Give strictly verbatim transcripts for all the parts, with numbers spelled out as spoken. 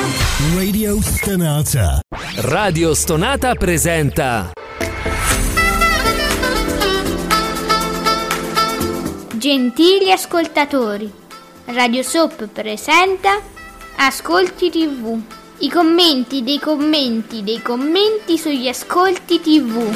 Radio Stonata. Radio Stonata presenta Gentili ascoltatori, Radio Soap presenta Ascolti tivù. I commenti dei commenti dei commenti sugli ascolti tivù.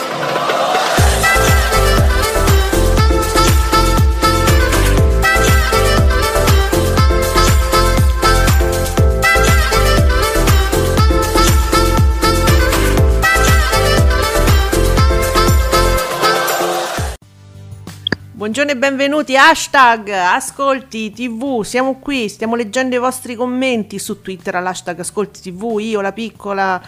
Buongiorno e benvenuti, hashtag Ascolti tivù, siamo qui, stiamo leggendo i vostri commenti su Twitter all'hashtag Ascolti tivù, io, la piccola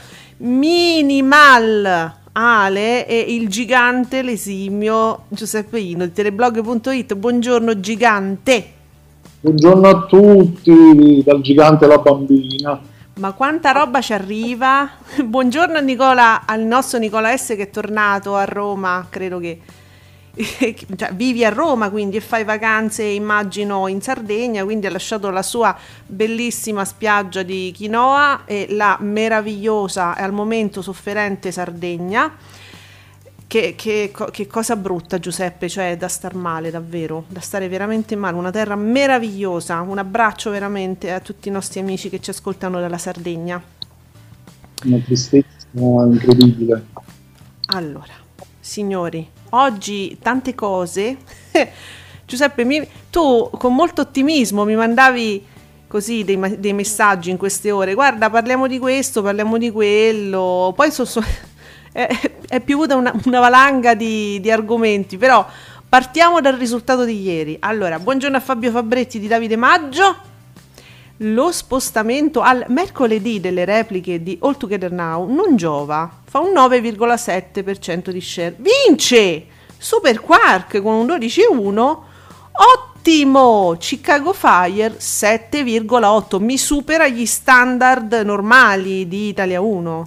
Minimal Ale e il gigante l'esimio Giuseppe Ino di teleblog punto it. Buongiorno gigante. Buongiorno a tutti, dal gigante alla bambina. Ma quanta roba ci arriva. Buongiorno a Nicola, al nostro Nicola S che è tornato a Roma, credo che... Cioè, vivi a Roma quindi e fai vacanze immagino in Sardegna, quindi ha lasciato la sua bellissima spiaggia di quinoa e la meravigliosa e al momento sofferente Sardegna. Che, che, che cosa brutta, Giuseppe, cioè da star male davvero, da stare veramente male, una terra meravigliosa. Un abbraccio veramente a tutti i nostri amici che ci ascoltano dalla Sardegna. Una tristezza incredibile. Allora, signori, oggi tante cose. Giuseppe, mi, tu con molto ottimismo mi mandavi così dei, dei messaggi in queste ore. Guarda, parliamo di questo, parliamo di quello. Poi so, so, è, è piovuta una, una valanga di, di argomenti, però partiamo dal risultato di ieri. Allora, buongiorno a Fabio Fabretti di Davide Maggio. Lo spostamento al mercoledì delle repliche di All Together Now non giova, fa un nove virgola sette per cento di share. Vince Super Quark con un dodici virgola uno, ottimo. Chicago Fire sette virgola otto, mi supera gli standard normali di Italia uno.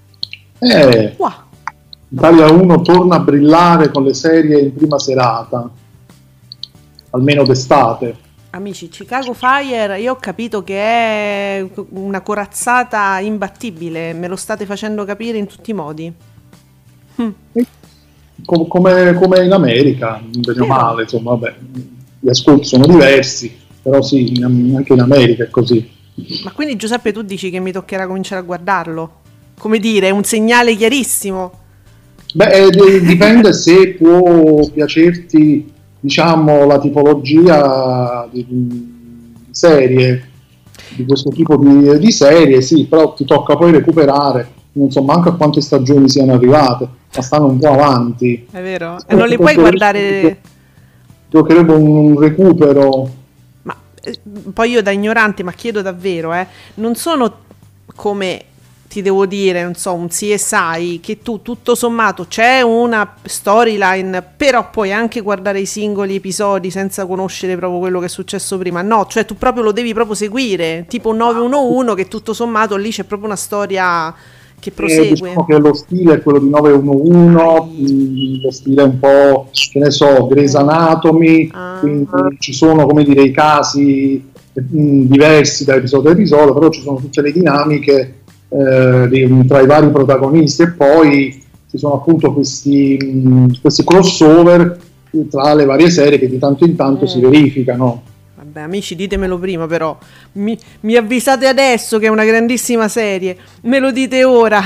Eh, wow. Italia uno torna a brillare con le serie in prima serata, almeno d'estate. Amici, Chicago Fire, io ho capito che è una corazzata imbattibile, me lo state facendo capire in tutti i modi. Hm. Com- come, come in America, bene o male, insomma, vabbè, gli ascolti sono diversi, però sì, in, anche in America è così. Ma quindi Giuseppe tu dici che mi toccherà cominciare a guardarlo? Come dire, è un segnale chiarissimo? Beh, d- dipende se può piacerti, diciamo, la tipologia di, di serie, di questo tipo di, di serie, sì, però ti tocca poi recuperare, non so manco a quante stagioni siano arrivate, ma stanno un po' avanti. È vero, e non li puoi guardare... Giocherebbe un recupero. Ma eh, poi io da ignorante, ma chiedo davvero, eh, non sono come... ti devo dire, non so, un C S I che tu tutto sommato c'è una storyline, però puoi anche guardare i singoli episodi senza conoscere proprio quello che è successo prima. No, cioè tu proprio lo devi proprio seguire, tipo nove uno uno che tutto sommato lì c'è proprio una storia che prosegue. Eh, diciamo che lo stile è quello di nove uno uno, mh, lo stile un po', che ne so, Grey's Anatomy, ah. Quindi ci sono, come dire, i casi mh, diversi da episodio a episodio, però ci sono tutte le dinamiche Eh, di, tra i vari protagonisti e poi ci sono appunto questi, mh, questi crossover tra le varie serie che di tanto in tanto mm. si verificano. Vabbè amici, ditemelo prima, però mi, mi avvisate adesso che è una grandissima serie, me lo dite ora.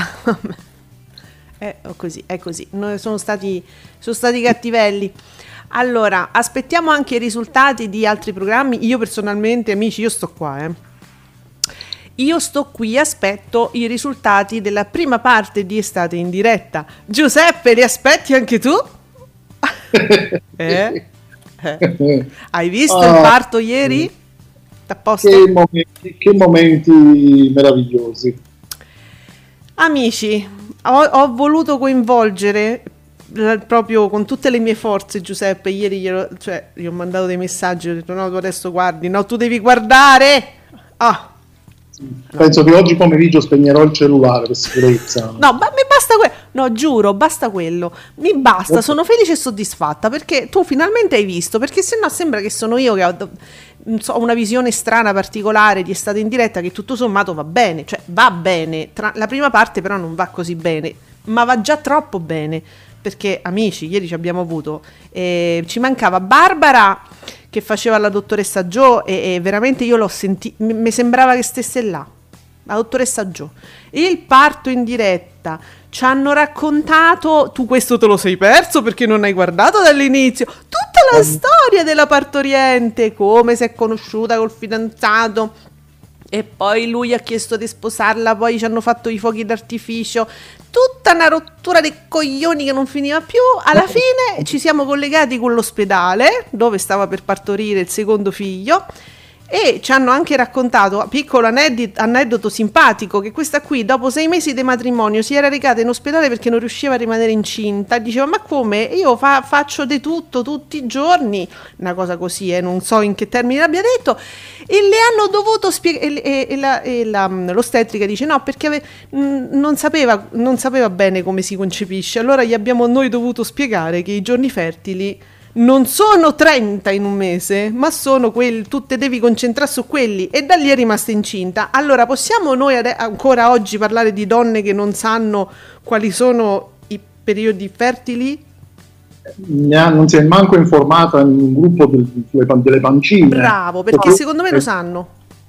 È così, è così, noi sono stati, sono stati cattivelli. Allora, aspettiamo anche i risultati di altri programmi. Io personalmente, amici, io sto qua, eh Io sto qui, aspetto i risultati della prima parte di Estate in diretta. Giuseppe, li aspetti anche tu? eh? Eh. Hai visto ah, il parto ieri? T'apposta? Che momenti, che momenti meravigliosi. Amici, ho, ho voluto coinvolgere proprio con tutte le mie forze Giuseppe. Ieri glielo, cioè, gli ho mandato dei messaggi, ho detto no, tu adesso guardi, no, tu devi guardare. Ah. Penso che oggi pomeriggio spegnerò il cellulare per sicurezza. No, ma mi basta quello. No, giuro, basta quello. Mi basta, sono felice e soddisfatta perché tu finalmente hai visto. Perché sennò sembra che sono io che ho. non so, una visione strana, particolare di Estate in diretta che tutto sommato va bene, cioè va bene, tra, la prima parte però non va così bene, ma va già troppo bene, perché amici, ieri ci abbiamo avuto, eh, ci mancava Barbara che faceva la dottoressa Jo e, e veramente io l'ho sentita, mi sembrava che stesse là, la dottoressa Jo. Il parto in diretta, ci hanno raccontato, tu questo te lo sei perso perché non hai guardato dall'inizio, tutta la storia della partoriente, come si è conosciuta col fidanzato e poi lui ha chiesto di sposarla, poi ci hanno fatto i fuochi d'artificio, tutta una rottura dei coglioni che non finiva più. Alla fine ci siamo collegati con l'ospedale dove stava per partorire il secondo figlio e ci hanno anche raccontato, piccolo aneddoto, aneddoto simpatico, che questa qui dopo sei mesi di matrimonio si era recata in ospedale perché non riusciva a rimanere incinta. Diceva: ma come? Io fa, faccio di tutto tutti i giorni, una cosa così, eh, non so in che termini l'abbia detto, e le hanno dovuto spiegare, e, e, e, la, e la, l'ostetrica dice no perché ave, mh, non, sapeva, non sapeva bene come si concepisce, allora gli abbiamo noi dovuto spiegare che i giorni fertili non sono trenta in un mese, ma sono quelli, tu te devi concentrare su quelli, e da lì è rimasta incinta. Allora possiamo noi ade- ancora oggi parlare di donne che non sanno quali sono i periodi fertili? Non si è manco informata in un gruppo del, delle, delle pancine. Bravo, perché Perché, secondo me lo sanno.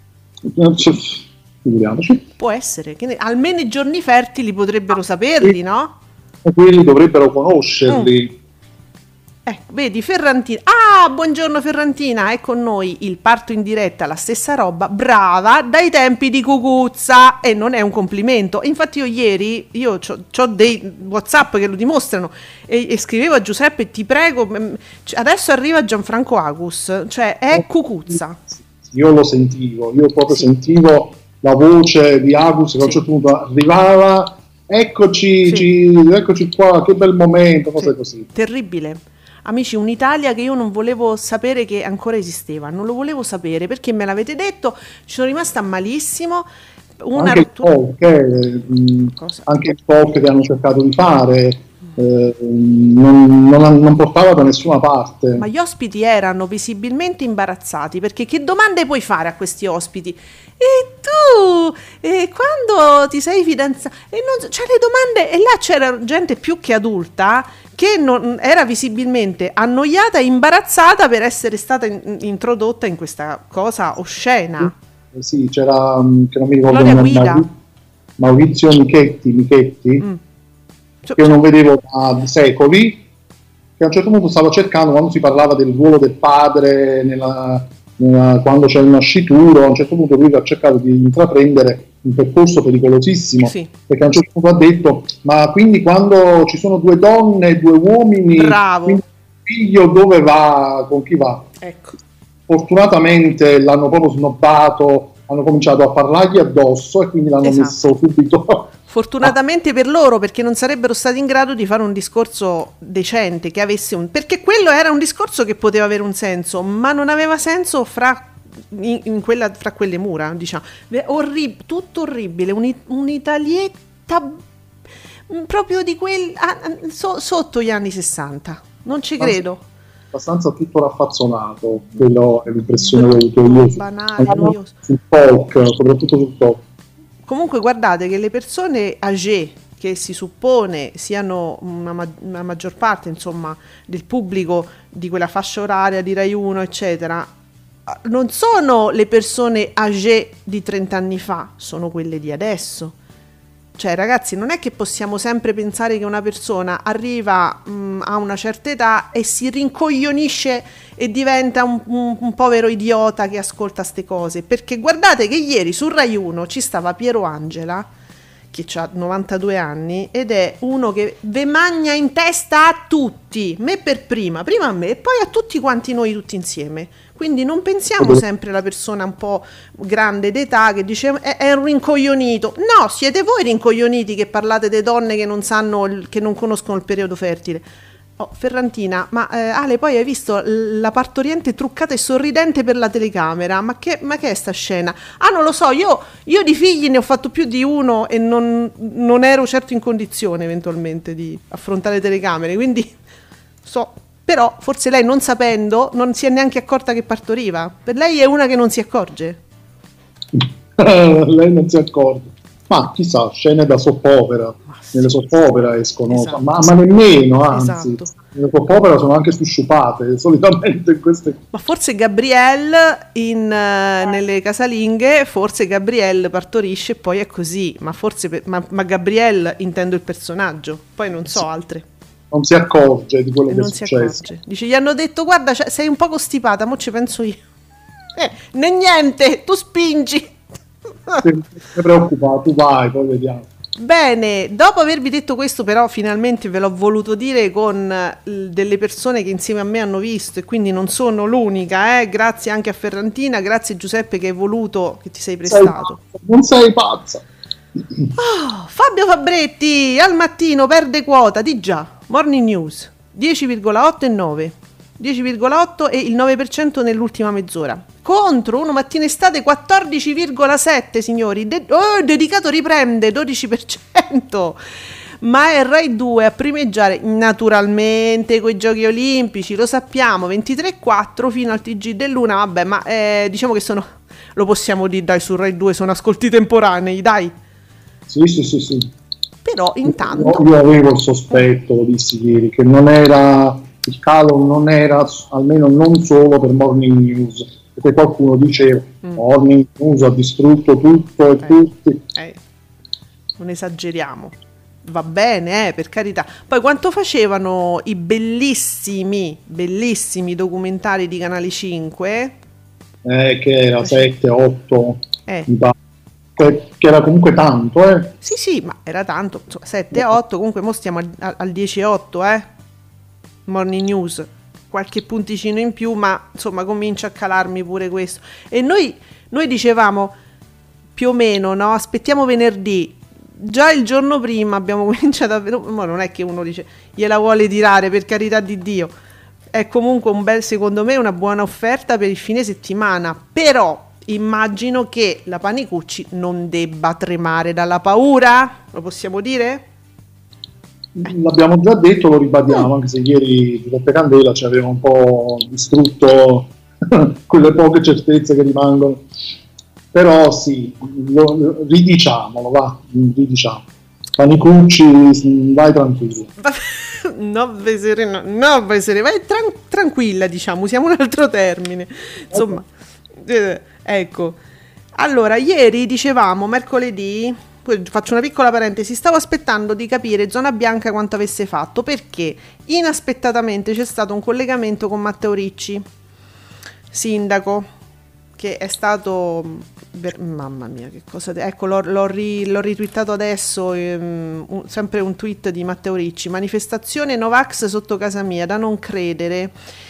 Figuriamoci. Può essere, che ne- almeno i giorni fertili potrebbero saperli, no? Quelli dovrebbero conoscerli. Mm. Ecco, vedi, Ferrantina. Ah, buongiorno Ferrantina, è con noi il parto in diretta, la stessa roba, brava, dai tempi di Cucuzza, e non è un complimento. Infatti io ieri, io ho dei WhatsApp che lo dimostrano, e, e scrivevo a Giuseppe: ti prego, adesso arriva Gianfranco Agus, cioè è Cucuzza. Io lo sentivo, io proprio sì. sentivo la voce di Agus che sì. a un certo punto arrivava, eccoci, sì. ci, eccoci qua, che bel momento, cose sì. così. Terribile. Amici, un'Italia che io non volevo sapere che ancora esisteva, non lo volevo sapere perché me l'avete detto, ci sono rimasta malissimo. Una anche, rottura... il talk, eh, anche il talk che hanno cercato di fare eh, non, non, non portava da nessuna parte. Ma gli ospiti erano visibilmente imbarazzati, perché che domande puoi fare a questi ospiti? E tu, e quando ti sei fidanzato? E non, cioè le domande, e là c'era gente più che adulta che non, era visibilmente annoiata e imbarazzata per essere stata in, introdotta in questa cosa oscena. Eh sì, c'era, che non mi ricordo, Maurizio, Maurizio Michetti, Michetti mm. che io non vedevo da secoli, che a un certo punto stava cercando, quando si parlava del ruolo del padre nella, nella, quando c'è il nascituro, a un certo punto lui ha cercato di intraprendere un percorso pericolosissimo, sì. perché a un certo punto ha detto: ma quindi quando ci sono due donne e due uomini, bravo, il figlio dove va, con chi va? Ecco. Fortunatamente l'hanno proprio snobbato, hanno cominciato a parlargli addosso e quindi l'hanno esatto. messo subito. Fortunatamente per loro, perché non sarebbero stati in grado di fare un discorso decente, che avesse un... perché quello era un discorso che poteva avere un senso, ma non aveva senso fra, in, in quella, fra quelle mura, diciamo. Orrib- tutto orribile, un, un'italietta proprio di quel... Ah, so, sotto gli anni sessanta, non ci credo. Abbastanza tutto raffazzonato, quello è l'impressione che ho avuto io. Banale, noioso. Sul talk, soprattutto sul talk. Comunque guardate che le persone âgée, che si suppone siano una, ma- una maggior parte, insomma, del pubblico di quella fascia oraria di Rai uno, eccetera, non sono le persone âgée di trenta anni fa, sono quelle di adesso. Cioè ragazzi, non è che possiamo sempre pensare che una persona arriva mh, a una certa età e si rincoglionisce e diventa un, un, un povero idiota che ascolta ste cose, perché guardate che ieri su Rai uno ci stava Piero Angela, che ha novantadue anni ed è uno che ve magna in testa a tutti, me per prima, prima a me e poi a tutti quanti noi tutti insieme. Quindi non pensiamo sempre alla persona un po' grande d'età che dice è, è un rincoglionito. No, siete voi rincoglioniti che parlate delle donne che non sanno, il, che non conoscono il periodo fertile. Oh, Ferrantina, ma eh, Ale, poi hai visto la partoriente truccata e sorridente per la telecamera? Ma che, ma che è sta scena? Ah, non lo so, io, io di figli ne ho fatto più di uno e non, non ero certo in condizione eventualmente di affrontare le telecamere, quindi so, Però forse lei, non sapendo, non si è neanche accorta che partoriva. Per lei è una che non si accorge. Lei non si accorge. Ma chissà, scene da soppopera. Sì, nelle soppopera escono, esatto. ma, ma nemmeno, anzi, esatto. nelle soppopera sono anche susciupate, solitamente in queste... Ma forse Gabrielle in, uh, nelle casalinghe, forse Gabrielle partorisce e poi è così, ma forse, ma, ma Gabrielle intendo il personaggio, poi non so altre. Non si accorge di quello E che non è si successo. accorge. Dice, gli hanno detto, guarda, cioè, sei un po' costipata, mo ci penso io. Eh, né niente, tu spingi. Non ti preoccupare, tu vai, poi vediamo. Bene, dopo avervi detto questo, però finalmente ve l'ho voluto dire con eh, delle persone che insieme a me hanno visto, e quindi non sono l'unica, eh? Grazie anche a Ferrantina, grazie Giuseppe che hai voluto, che ti sei prestato. Sei, non sei pazza. Oh, Fabio Fabretti al mattino perde quota, di già, Morning News dieci virgola otto e nove, dieci virgola otto e il nove per cento nell'ultima mezz'ora. Contro Uno Mattina Estate quattordici virgola sette, signori. De- oh, dedicato riprende dodici per cento. Ma è Rai due a primeggiare naturalmente coi giochi olimpici, lo sappiamo, ventitré virgola quattro fino al T G dell'una. Vabbè, ma eh, diciamo che sono, lo possiamo dire, dai, su Rai due sono ascolti temporanei, dai. Sì, sì, sì, sì. Però intanto io avevo il sospetto, lo dissi ieri, che non era, il calo non era, almeno non solo per Morning News, perché qualcuno diceva mm. Morning News ha distrutto tutto e eh, tutti. Eh, non esageriamo, va bene, eh, per carità. Poi quanto facevano i bellissimi, bellissimi documentari di Canale cinque? Eh, che era sette, otto, eh. mi pare. Che, che era comunque tanto, eh? Sì, sì, ma era tanto, sette otto, comunque mo stiamo al, al dieci otto, eh? Morning News, qualche punticino in più, ma insomma comincia a calarmi pure questo. E noi, noi dicevamo, più o meno, no? Aspettiamo venerdì. Già il giorno prima abbiamo cominciato a... Ma non è che uno dice, gliela vuole tirare, per carità di Dio. È comunque un bel, secondo me, una buona offerta per il fine settimana, però... immagino che la Panicucci non debba tremare dalla paura, lo possiamo dire? L'abbiamo già detto, lo ribadiamo, mm. anche se ieri Giuseppe Candela ci aveva un po' distrutto quelle poche certezze che rimangono, però sì, lo, ridiciamolo, va, ridiciamo. Panicucci, vai tranquillo. No, vai sereno, no, vai sereno, vai tran- tranquilla, diciamo, usiamo un altro termine, insomma. Okay. Ecco, allora ieri dicevamo mercoledì, faccio una piccola parentesi, stavo aspettando di capire Zona Bianca quanto avesse fatto, perché inaspettatamente c'è stato un collegamento con Matteo Ricci, sindaco, che è stato, mamma mia che cosa, ecco l'ho, l'ho, ri, l'ho ritwittato adesso, ehm, un, sempre un tweet di Matteo Ricci, manifestazione Novax sotto casa mia, da non credere.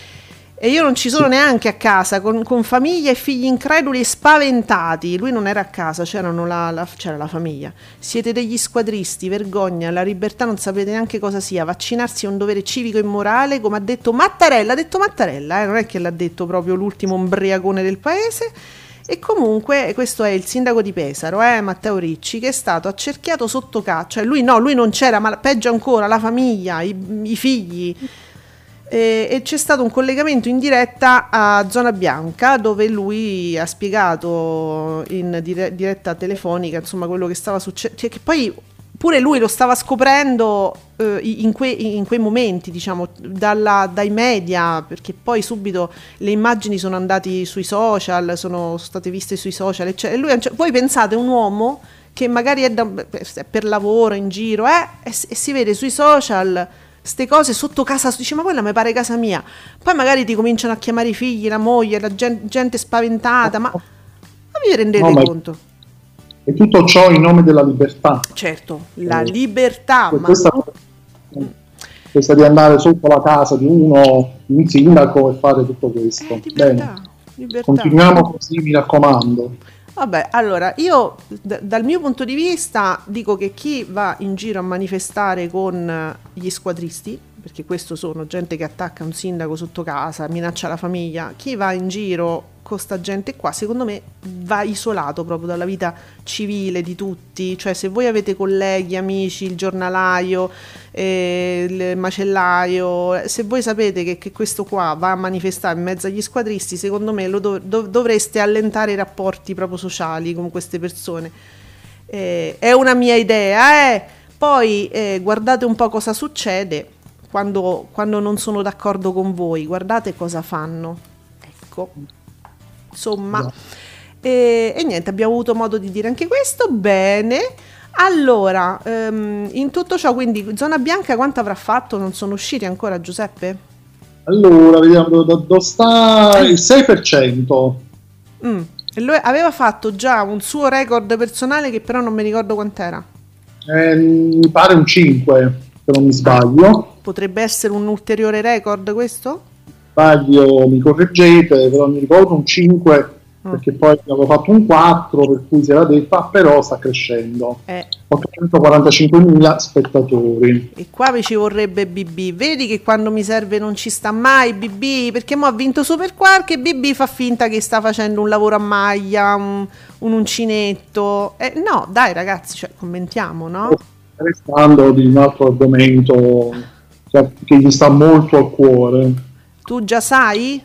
E io non ci sono sì. neanche a casa, con, con famiglia e figli increduli e spaventati. Lui non era a casa, c'erano la, la, c'era la famiglia. Siete degli squadristi, vergogna, la libertà non sapete neanche cosa sia. Vaccinarsi è un dovere civico e morale, come ha detto Mattarella. Ha detto Mattarella, eh, non è che l'ha detto proprio l'ultimo ombriacone del paese. E comunque questo è il sindaco di Pesaro, eh, Matteo Ricci, che è stato accerchiato sotto casa. Cioè lui no, lui non c'era, ma peggio ancora, la famiglia, i, i figli. E, e c'è stato un collegamento in diretta a Zona Bianca, dove lui ha spiegato in dire- diretta telefonica insomma quello che stava succedendo, cioè, che poi pure lui lo stava scoprendo eh, in, que- in quei momenti, diciamo, dalla, dai media, perché poi subito le immagini sono andate sui social, sono state viste sui social, eccetera. E lui, cioè, voi pensate un uomo che magari è, da, è per lavoro in giro eh, e, e si vede sui social ste cose sotto casa, dice ma quella mi pare casa mia, poi magari ti cominciano a chiamare i figli, la moglie, la gente, gente spaventata, ma, ma vi rendete no, conto? E tutto ciò in nome della libertà. Certo, la eh, libertà. Questa, ma... questa di andare sotto la casa di uno, un sindaco e fare tutto questo. Eh, libertà, Bene. Libertà. Continuiamo così, mi raccomando. Vabbè, allora io d- dal mio punto di vista dico che chi va in giro a manifestare con gli squadristi, perché questo sono gente che attacca un sindaco sotto casa, minaccia la famiglia, chi va in giro con sta gente qua secondo me va isolato proprio dalla vita civile di tutti. Cioè se voi avete colleghi, amici, il giornalaio, eh, il macellaio, se voi sapete che, che questo qua va a manifestare in mezzo agli squadristi, secondo me lo dov- dov- dovreste allentare i rapporti proprio sociali con queste persone. Eh, è una mia idea, eh. Poi eh, guardate un po' cosa succede quando, quando non sono d'accordo con voi, guardate cosa fanno, ecco. Insomma, no. e, e niente, abbiamo avuto modo di dire anche questo. Bene, allora, um, in tutto ciò, quindi zona bianca quanto avrà fatto? Non sono usciti ancora, Giuseppe? Allora, vediamo dove sta il sei per cento. Mm. E lui aveva fatto già un suo record personale che però non mi ricordo quant'era. Eh, mi pare un cinque, se non mi sbaglio. Potrebbe essere un ulteriore record questo? Sbaglio, mi correggete, però mi ricordo un cinque, mm. perché poi avevo fatto un quattro, per cui si era detto, ah, però sta crescendo. Eh. ottocentoquarantacinquemila spettatori. E qua mi ci vorrebbe B B. Vedi che quando mi serve non ci sta mai B B, perché mo ha vinto Superquark e B B fa finta che sta facendo un lavoro a maglia, un, un uncinetto. Eh, no, dai ragazzi, cioè, commentiamo, no? Restando di un altro argomento, cioè, che gli sta molto a cuore. Tu già sai?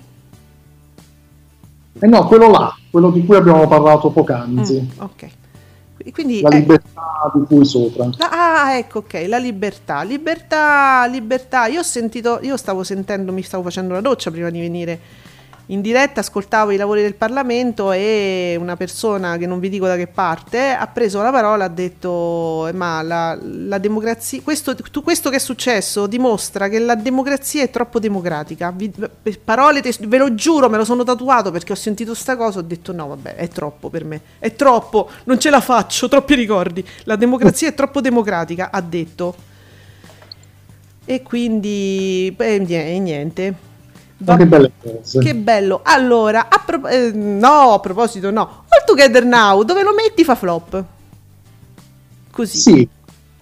Eh no, quello là, quello di cui abbiamo parlato poc'anzi. Mm, ok. Quindi, la eh, libertà di cui sopra. La, ah, ecco, ok, la libertà, libertà, libertà. Io ho sentito, io stavo sentendo, mi stavo facendo la doccia prima di venire in diretta, ascoltavo i lavori del Parlamento e una persona che non vi dico da che parte ha preso la parola, ha detto ma la, la democrazia, questo, tu, questo che è successo dimostra che la democrazia è troppo democratica. Vi, parole, te, ve lo giuro, me lo sono tatuato perché ho sentito sta cosa, ho detto no vabbè, è troppo per me, è troppo, non ce la faccio, troppi ricordi, la democrazia è troppo democratica, ha detto. E quindi eh, niente. Va, che belle cose. Che bello. Allora, a pro- eh, no, a proposito no. All Together Now, dove lo metti fa flop. Così. Sì.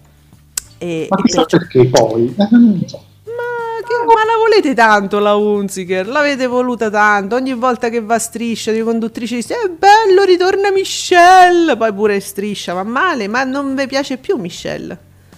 E, ma e chissà perciò... perché poi. Eh, non so. Ma, che, ma la volete tanto la Hunziker? L'avete voluta tanto. Ogni volta che va a Striscia di conduttrice dice è bello, ritorna Michelle. Poi pure Striscia va male. Ma non vi piace più Michelle?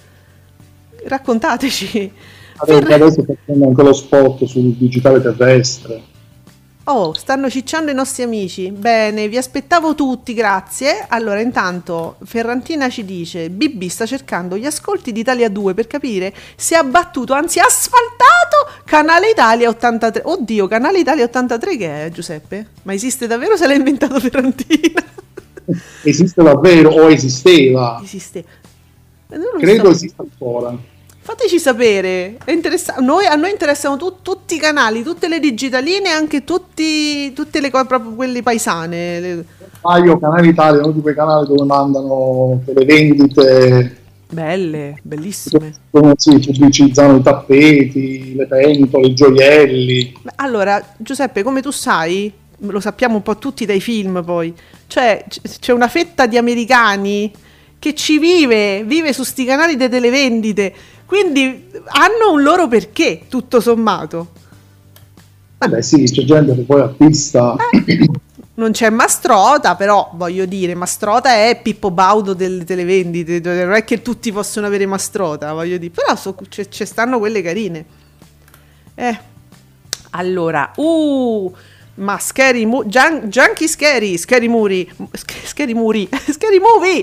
Raccontateci. Adesso, adesso facciamo anche lo spot sul digitale terrestre. Oh, stanno cicciando i nostri amici. Bene, vi aspettavo tutti, grazie. Allora, intanto Ferrantina ci dice B B sta cercando gli ascolti di Italia due per capire se ha battuto, anzi asfaltato Canale Italia ottantatré. Oddio, Canale Italia ottantatré che è, Giuseppe? Ma esiste davvero, se l'ha inventato Ferrantina? Esiste davvero o esisteva? Esiste. Credo so. Esista ancora. Fateci sapere, è interessa- noi, a noi interessano tu- tutti i canali, tutte le digitaline e anche tutti, tutte le cose, proprio quelle paesane. Le... Ah, io Canale Italia, uno di quei canali dove mandano le vendite belle, bellissime. Dove si pubblicizzano i tappeti, le pentole, i gioielli. Allora, Giuseppe, come tu sai, lo sappiamo un po' tutti dai film poi, cioè c- c'è una fetta di americani che ci vive, vive su sti canali delle televendite. Quindi hanno un loro perché, tutto sommato. Vabbè sì, c'è gente che poi acquista. Eh, non c'è Mastrota, però voglio dire, Mastrota è Pippo Baudo delle televendite, non è che tutti possono avere Mastrota, voglio dire, però so, c- ci stanno quelle carine. Eh, allora, uh, ma Scary Movie, Jun- Junkie Scary, Scary Movie, Scary Movie, Scary Movie.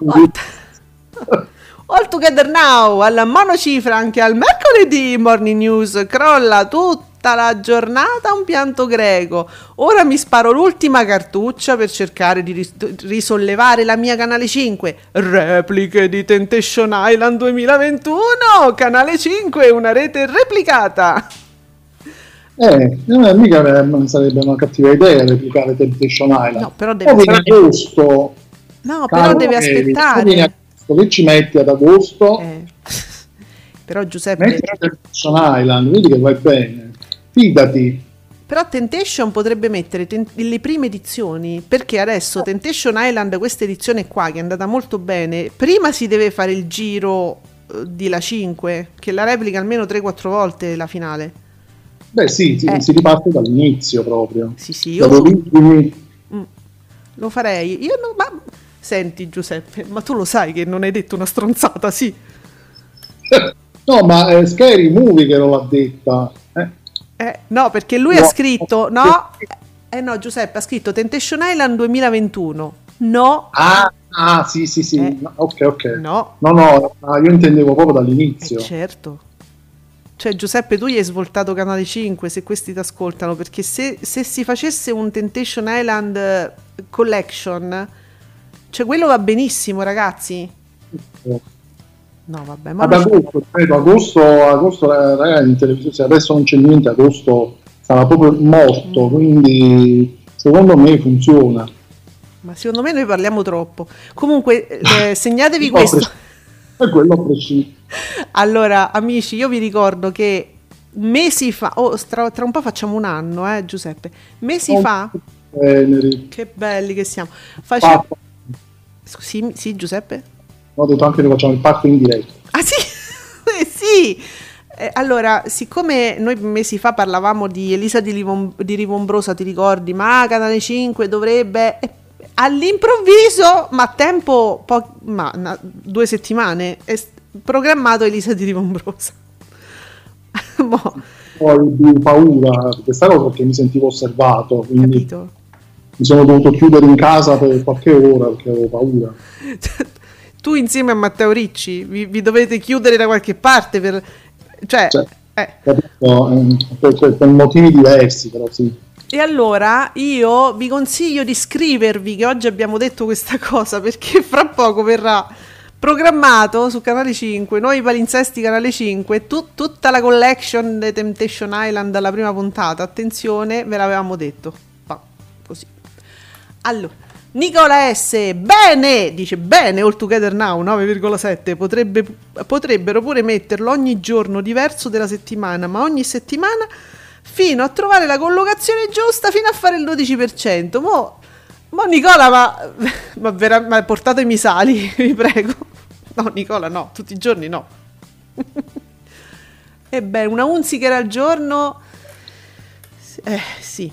What? All Together Now, alla monocifra anche al mercoledì Morning News, crolla tutta la giornata un pianto greco. Ora mi sparo l'ultima cartuccia per cercare di ris- risollevare la mia Canale cinque. Repliche di Temptation Island duemilaventuno, Canale cinque, una rete replicata. Eh, non mica non sarebbe una cattiva idea replicare Temptation Island. No, però deve in agosto. No, però deve aspettare. Che ci metti ad agosto, eh. Però Giuseppe metti Temptation Island, vedi che vai bene, fidati. Però Temptation potrebbe mettere ten- le prime edizioni, perché adesso Temptation Island, questa edizione qua che è andata molto bene, prima si deve fare il giro eh, di La cinque, che la replica almeno tre quattro volte la finale. Beh sì, si, Eh. si riparte dall'inizio proprio. Sì, sì, io Dalle origini. Mm, lo farei. Io no, ma senti Giuseppe, ma tu lo sai che non hai detto una stronzata, sì? No, ma è Scary Movie che non l'ha detta. Eh. Eh, no, perché lui No. ha scritto, no, eh no Giuseppe ha scritto Temptation Island duemilaventuno. No, Ah, ah, sì, sì, sì. Eh. No, ok, ok. no, No, no, ah, io intendevo proprio eh, dall'inizio. certo. Cioè Giuseppe, tu gli hai svoltato Canale cinque se questi ti ascoltano, perché se, se si facesse un Temptation Island eh, Collection, cioè quello va benissimo, ragazzi. No, vabbè, ma Ad lui- agosto, credo, agosto, agosto eh, ragazzi, in televisione, se adesso non c'è niente, agosto sarà proprio morto, Mm. quindi secondo me funziona. ma secondo me noi parliamo troppo. Comunque, eh, segnatevi No, questo. E quello a prescindere. Allora, amici, io vi ricordo che mesi fa, oh, tra, tra un po' facciamo un anno, eh, Giuseppe. Mesi fa, Veneri. che belli che siamo. Face... Parto. Sì, sì, Giuseppe? Ho detto anche che facciamo il parto in diretta. Ah, sì, Eh, sì. Eh, allora, siccome noi mesi fa parlavamo di Elisa di, Livon- di Rivombrosa, ti ricordi? Ma Canale cinque dovrebbe... eh, all'improvviso, ma a tempo, po- ma una- due settimane, è s- programmato Elisa di Rivombrosa. Mo, Poi ho paura di questa cosa perché mi sentivo osservato, quindi capito? mi sono dovuto chiudere in casa per qualche ora perché avevo paura. Tu insieme a Matteo Ricci vi, vi dovete chiudere da qualche parte per... Cioè, Cioè, eh. capito? Eh, per, per motivi diversi, però sì. E allora io vi consiglio di iscrivervi, che oggi abbiamo detto questa cosa, perché fra poco verrà programmato su Canale cinque, noi palinsesti Canale cinque, tu- tutta la collection di Temptation Island dalla prima puntata. Attenzione, ve l'avevamo detto. Va, così. Allora, Nicola S. Bene, dice bene, All Together Now nove virgola sette, potrebbe, potrebbero pure metterlo ogni giorno diverso della settimana, ma ogni settimana fino a trovare la collocazione giusta, fino a fare il dodici per cento. Mo, mo Nicola, ma, ma, vera- ma portatemi i sali, vi prego. No, Nicola, no, tutti i giorni no. Ebbene, una Hunziker al giorno, eh, sì.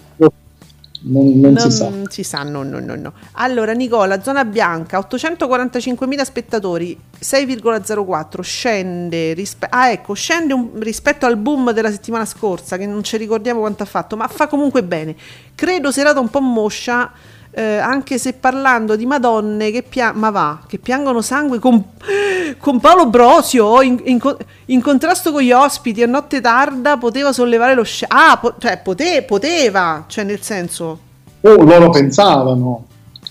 Non, non Non si sa. si sa, no, no, no, no. Allora, Nicola, zona bianca, ottocentoquarantacinquemila spettatori, sei virgola zero quattro, scende, rispe- ah, ecco, scende un- rispetto al boom della settimana scorsa, che non ci ricordiamo quanto ha fatto, ma fa comunque bene. Credo serata un po' moscia, eh, anche se parlando di madonne che, pia- ma va, che piangono sangue con, con Paolo Brosio, in, in co- in contrasto con gli ospiti, a notte tarda poteva sollevare lo sce- ah, po- cioè pote- poteva, cioè nel senso... O loro pensavano,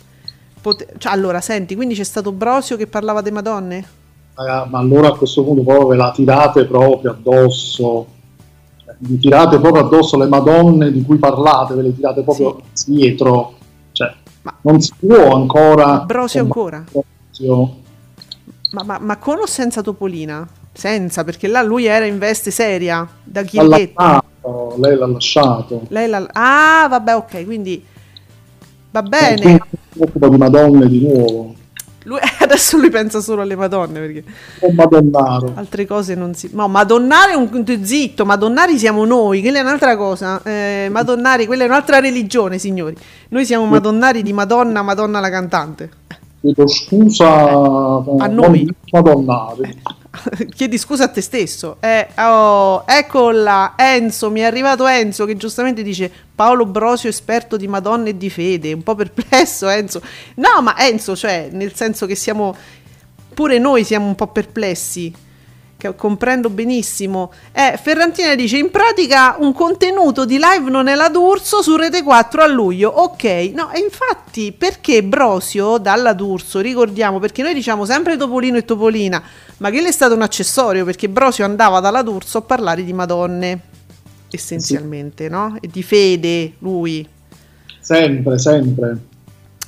Pote- cioè, allora, senti, quindi c'è stato Brosio che parlava delle Madonne? eh, ma allora a questo punto proprio ve la tirate proprio addosso. Cioè, vi tirate proprio addosso le Madonne di cui parlate, ve le tirate proprio dietro. Cioè, Ma- non si può ancora... Brosio ancora? Brosio. Ma, ma, ma con o senza Topolina? Senza, perché là lui era in veste seria, da L'ha Chielletto. lasciato, lei l'ha lasciato. Lei la... Ah, vabbè, ok, quindi va E bene. quindi si occupa di Madonne di nuovo. Lui, adesso lui pensa solo alle Madonne, perché Un Madonnaro. altre cose non si... No, Madonnare è un... Zitto, Madonnari siamo noi, quella è un'altra cosa. Eh, Madonnari, quella è un'altra religione, signori. Noi siamo Madonnari di Madonna, Madonna la cantante. Chiedo scusa A noi. Madonnare. Chiedi scusa a te stesso. Eh, oh, eccola, Enzo, mi è arrivato Enzo che giustamente dice Paolo Brosio esperto di Madonna e di fede. Un po' perplesso Enzo. No, ma Enzo, cioè, nel senso che siamo, pure noi siamo un po' perplessi, che comprendo benissimo. Eh, Ferrantina dice in pratica un contenuto di live non è la D'Urso su Rete quattro a luglio. Ok, no, e infatti perché Brosio dalla D'Urso, ricordiamo, perché noi diciamo sempre Topolino e Topolina, ma che è stato un accessorio, perché Brosio andava dalla D'Urso a parlare di Madonne essenzialmente, no? E di fede, lui. Sempre, sempre.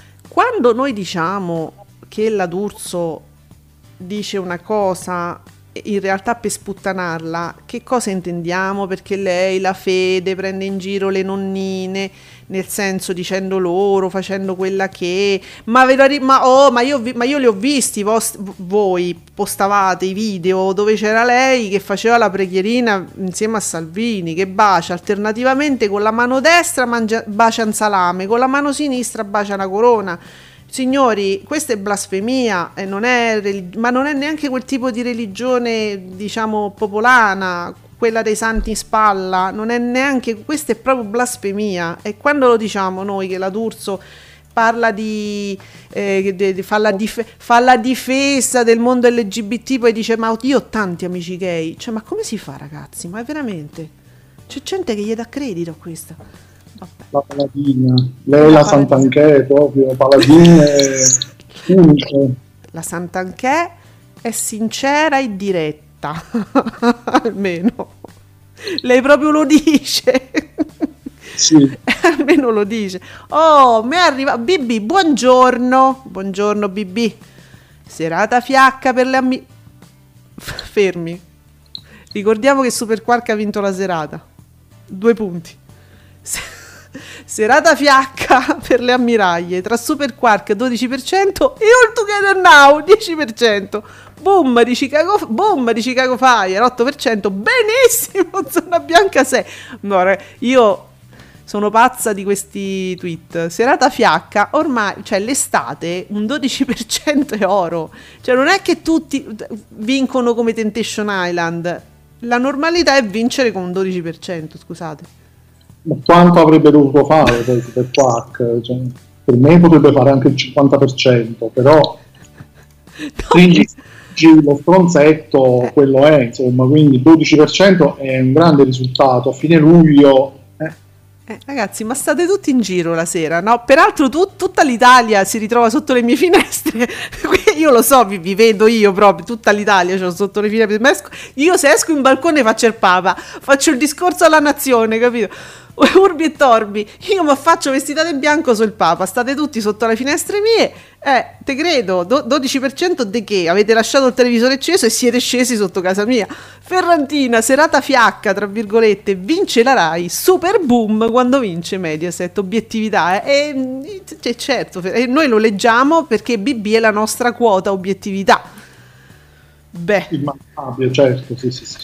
Quando noi diciamo che la D'Urso dice una cosa in realtà per sputtanarla, che cosa intendiamo? Perché lei, la fede, prende in giro le nonnine, nel senso dicendo loro, facendo quella che... Ma, ve lo ri- ma, oh, ma, io, vi- ma io li ho visti, vost- voi postavate i video dove c'era lei che faceva la preghierina insieme a Salvini, che bacia alternativamente con la mano destra mangia- bacia un salame, con la mano sinistra bacia una corona. Signori, questa è blasfemia, e non è relig- ma non è neanche quel tipo di religione, diciamo, popolana, quella dei santi in spalla, non è neanche, questa è proprio blasfemia. E quando lo diciamo noi che la D'Urso parla di, eh, de, de, fa, la dif- fa la difesa del mondo L G B T, poi dice ma io ho tanti amici gay, cioè ma come si fa, ragazzi? Ma è veramente, c'è gente che gli dà credito a questa. Vabbè. La paladina, lei la, la Sant'Anché proprio, paladina unico. La Sant'Anché è sincera e diretta, almeno lei proprio lo dice. Sì. Almeno lo dice. Oh, mi arriva Bibi, buongiorno. Buongiorno Bibi. Serata fiacca per le amiche. Fermi. Ricordiamo che Super Quark ha vinto la serata. Due punti. Serata fiacca per le ammiraglie tra Super Quark dodici per cento e All Together Now dieci per cento. Boom di Chicago, boom di Chicago Fire otto per cento. Benissimo, Zona Bianca sei. No, io sono pazza di questi tweet. Serata fiacca, ormai, cioè l'estate un dodici per cento è oro. Cioè non è che tutti vincono come Temptation Island. La normalità è vincere con un dodici per cento, scusate. Ma quanto avrebbe dovuto fare per, per Quark? Cioè, per me potrebbe fare anche il cinquanta per cento, però no. quindi lo stronzetto eh. quello è, insomma, quindi il dodici per cento è un grande risultato. A fine luglio eh. Eh, ragazzi, ma state tutti in giro la sera, no? Peraltro tu, tutta l'Italia si ritrova sotto le mie finestre. Io lo so, vi, vi vedo io proprio, tutta l'Italia c'ho sotto le finestre. Ma esco, io se esco in balcone faccio il Papa, faccio il discorso alla nazione, capito? Urbi e torbi, io mi faccio vestita in bianco sul Papa, state tutti sotto le finestre mie, eh, te credo, do- dodici per cento di che? Avete lasciato il televisore acceso e siete scesi sotto casa mia. Ferrantina, serata fiacca, tra virgolette, vince la Rai, super boom quando vince Mediaset, obiettività, eh? E, e certo, e noi lo leggiamo perché B B è la nostra quota obiettività. Beh. Immancabile, certo, sì, sì, sì.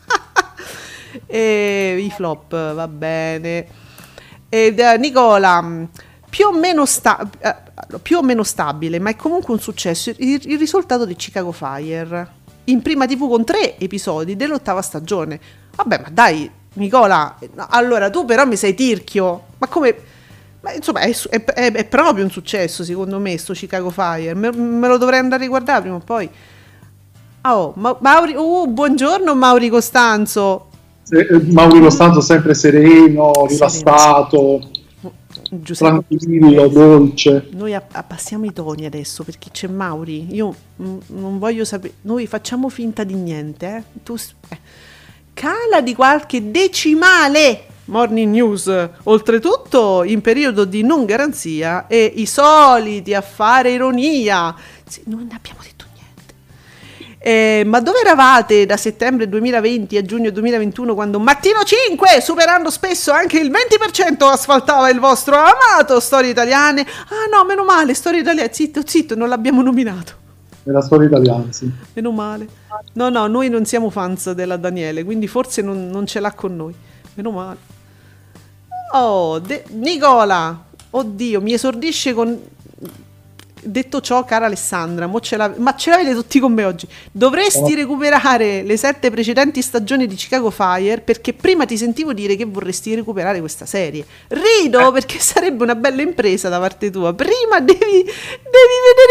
E i flop, va bene. E, uh, Nicola, più o meno sta, uh, più o meno stabile, ma è comunque un successo il, il risultato di Chicago Fire in prima tivù con tre episodi dell'ottava stagione. Vabbè, ma dai, Nicola, allora tu però mi sei tirchio, ma come? Ma insomma è, è, è, è proprio un successo secondo me sto Chicago Fire, me, me lo dovrei andare a riguardare prima o poi. Oh, Ma, Mauri, uh, buongiorno Mauri Costanzo. Mauri Costanzo sempre sereno, rilassato, Giuseppe, tranquillo, dolce. Noi abbassiamo i toni adesso perché c'è Mauri. Io mh, non voglio sapere. Noi facciamo finta di niente. Eh? Tu, eh. Cala di qualche decimale. Morning News, oltretutto in periodo di non garanzia e i soliti a fare ironia. Sì, non ne abbiamo detto. Eh, ma dove eravate da settembre duemilaventi a giugno duemilaventuno quando Mattino cinque, superando spesso anche il venti per cento, asfaltava il vostro amato Storie Italiane? Ah no, meno male, Storie Italiane, zitto, zitto, non l'abbiamo nominato. Nella Storia Italiana, sì. Meno male. No, no, noi non siamo fans della Daniele, quindi forse non, non ce l'ha con noi. Meno male. Oh, de- Nicola, oddio, mi esordisce con... Detto ciò, cara Alessandra, mo ce la... ma ce l'avete tutti con me oggi. Dovresti recuperare le sette precedenti stagioni di Chicago Fire perché prima ti sentivo dire che vorresti recuperare questa serie. Rido perché sarebbe una bella impresa da parte tua. Prima devi, devi vedere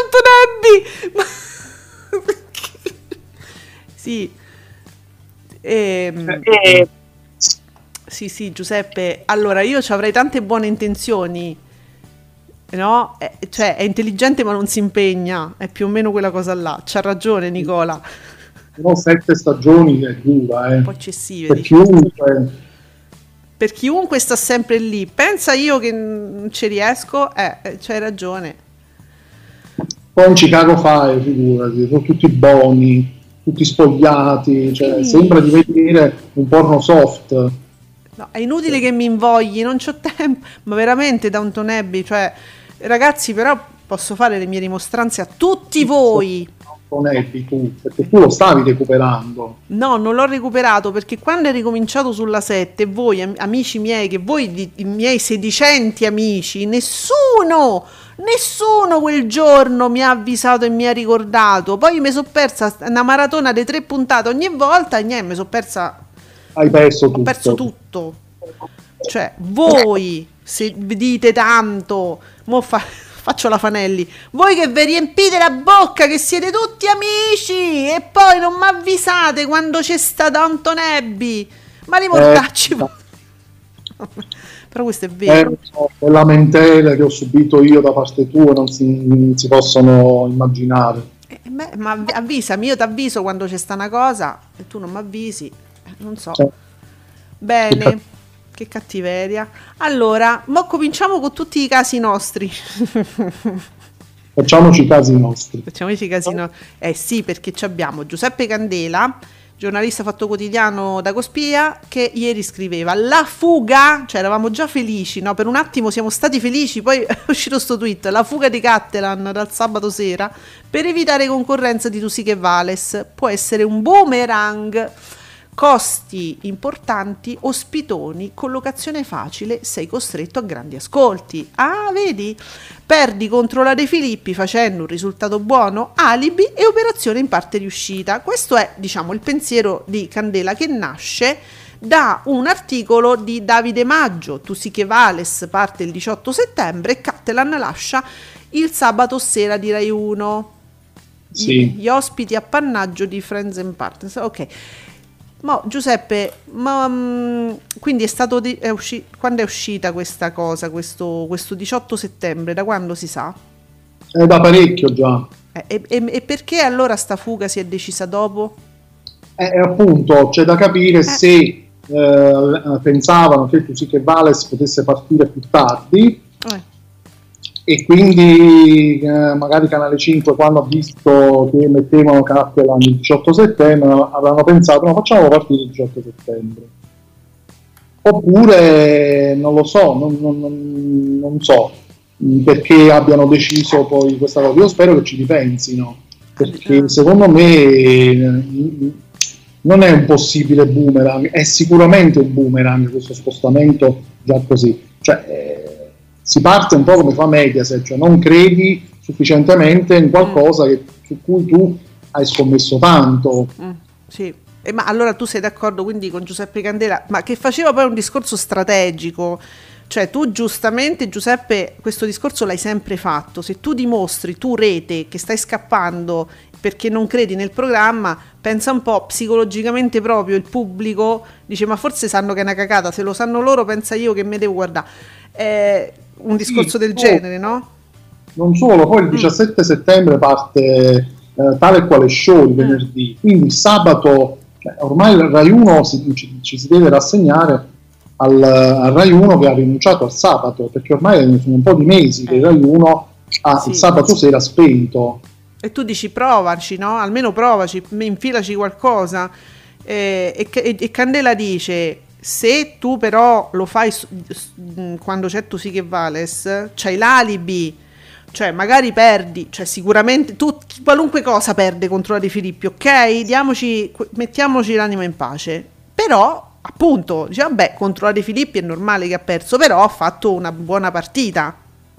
pure Downton Abbey. Sì. Ehm... Eh. Sì, sì, Giuseppe. Allora, io ci avrei tante buone intenzioni. No, è, cioè è intelligente ma non si impegna, è più o meno quella cosa là. C'ha ragione Nicola. Però sette stagioni è dura, eh. Un po' eccessive. Per chiunque. Per chiunque sta sempre lì. Pensa io che non ci riesco, eh, c'hai ragione. Poi in Chicago Fire, figurati, sono tutti buoni. tutti spogliati, cioè Sì. sembra di vedere un porno soft. No, è inutile che mi invogli, non c'ho tempo, ma veramente Downton Abbey, cioè ragazzi, però posso fare le mie dimostranze a tutti voi. Non è di tu, perché tu lo stavi recuperando. No, non l'ho recuperato perché quando è ricominciato sulla sette, voi am- amici miei, che voi di- i miei sedicenti amici, nessuno, nessuno quel giorno mi ha avvisato e mi ha ricordato. Poi mi sono persa una maratona di tre puntate ogni volta e niente, mi sono persa, Hai perso ho tutto. perso tutto. Cioè, voi se vi dite tanto, mo fa- faccio la Fanelli, voi che vi riempite la bocca che siete tutti amici e poi non mi avvisate quando c'è sta Downton Abbey, ma li mortacci. Eh, Però questo è Eh, vero. so, le lamentele che ho subito io da parte tua non si, non si possono immaginare. Eh, beh, ma avvi- avvisami, io ti avviso quando c'è sta una cosa e tu non mi avvisi, eh, non so. Cioè, Bene, che cattiveria. Allora, mo cominciamo con tutti i casi nostri. facciamoci i casi nostri. Facciamoci i casi no- Eh sì, perché ci abbiamo Giuseppe Candela, giornalista Fatto Quotidiano da Cospia, che ieri scriveva la fuga, cioè eravamo già felici, no? Per un attimo siamo stati felici, poi è uscito sto tweet, la fuga di Cattelan dal sabato sera per evitare concorrenza di Tusic e Vales, può essere un boomerang. Costi importanti, ospitoni, collocazione facile, sei costretto a grandi ascolti. Ah, vedi? Perdi contro la De Filippi facendo un risultato buono, alibi e operazione in parte riuscita. Questo è, diciamo, il pensiero di Candela che nasce da un articolo di Davide Maggio. Tusic e Vales parte il diciotto settembre e Cattelan lascia il sabato sera di Rai uno. Sì. Gli ospiti appannaggio di Friends and Partners. Ok. Ma Giuseppe, ma mm, quindi è stato di, è usci- quando è uscita questa cosa, questo, questo diciotto settembre, da quando si sa? È da parecchio già. Eh, e, e- e perché allora sta fuga si è decisa dopo? E appunto c'è da capire se eh, pensavano che Tusic e Vales potesse partire più tardi Eh, e quindi eh, magari Canale cinque, quando ha visto che mettevano Cattelan il diciotto settembre, avranno pensato no, facciamo partire il diciotto settembre. Oppure non lo so, non, non- non- non so mh, perché abbiano deciso poi questa cosa. Io spero che ci ripensino, perché secondo me eh, non è un possibile boomerang, è sicuramente un boomerang questo spostamento già così. Cioè, eh, si parte un po' come fa Mediaset, cioè non credi sufficientemente in qualcosa che- su cui tu hai scommesso tanto. mm, sì. E ma allora tu sei d'accordo quindi con Giuseppe Candela, ma che faceva poi un discorso strategico? Cioè tu giustamente, Giuseppe, questo discorso l'hai sempre fatto. Se tu dimostri, tu rete, che stai scappando perché non credi nel programma, pensa un po' psicologicamente proprio il pubblico dice ma forse sanno che è una cagata, se lo sanno loro pensa io che me devo guardare. È un discorso del oh. genere, no? Non solo, poi il diciassette settembre parte eh, tale e quale show il venerdì, quindi il sabato, cioè, ormai il Rai uno si- ci, ci si deve rassegnare al, al Rai uno che ha rinunciato al sabato, perché ormai sono un po' di mesi che il Rai uno ha Sì. il sabato sera spento. E tu dici provaci, no? Almeno provaci, infilaci qualcosa. Eh, e, e- e Candela dice: se tu però lo fai s- s- mh, quando c'è Tusic e Vales, c'hai l'alibi, cioè magari perdi, cioè sicuramente tu qualunque cosa perde contro la De Filippi, ok? Diamoci, qu- mettiamoci l'anima in pace. Però, appunto, dice vabbè, contro la De Filippi è normale che ha perso, però ha fatto una buona partita.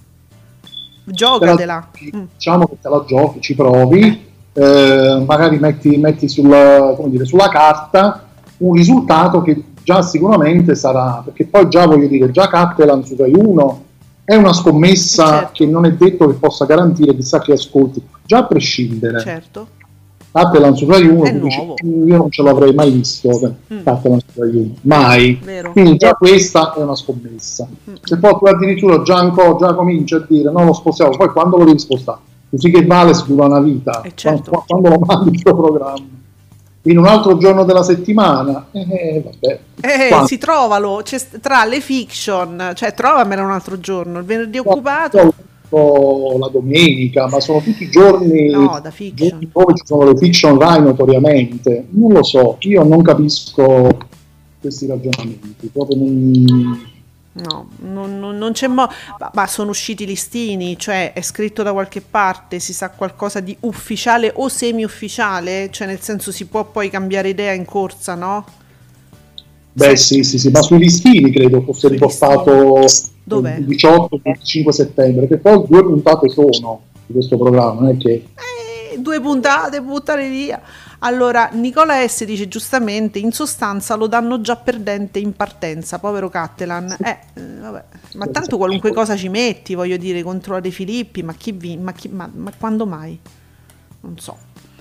Giocatela. Mm. Diciamo che te la giochi, ci provi, eh, magari metti, metti sul- come dire, sulla carta un risultato che già sicuramente sarà, perché poi già voglio dire, già Cattelan su Rai uno è una scommessa Certo. che non è detto che possa garantire chissà che ascolti, già a prescindere. Certo. Cattelan su Rai uno, È tu dici, nuovo. io non ce l'avrei mai visto, Mm. Cattelan su Rai uno, mai. Vero. Quindi già questa è una scommessa. Mm. Se poi tu addirittura già, ancora, già cominci a dire no, lo spostiamo, poi quando lo devi spostare? Così che Vales dura una vita, Eh, certo. quando, quando lo mandi il tuo programma in un altro giorno della settimana, eh, vabbè. Eh, Quando- si trovalo, c'è st- tra le fiction, cioè trovamela un altro giorno, il venerdì No, occupato. capisco la domenica, ma sono tutti giorni, No, da fiction. giorni dove ci sono le fiction Rai notoriamente. Non lo so, io non capisco questi ragionamenti, proprio non... No, non, non- non c'è mo... ma, ma sono usciti listini, cioè è scritto da qualche parte, si sa qualcosa di ufficiale o semi-ufficiale? Cioè nel senso si può poi cambiare idea in corsa, no? Beh sì, sì, sì, ma sui listini credo fosse Sui riportato Dov'è? il diciotto venticinque settembre, che poi due puntate sono di questo programma, non è che... Eh, due puntate, buttare via. Allora, Nicola S dice giustamente, in sostanza lo danno già perdente in partenza, povero Cattelan. Eh, eh, vabbè. Ma tanto qualunque cosa ci metti, voglio dire, contro la De Filippi, ma chi vi, ma, chi, ma, ma quando mai? Non so.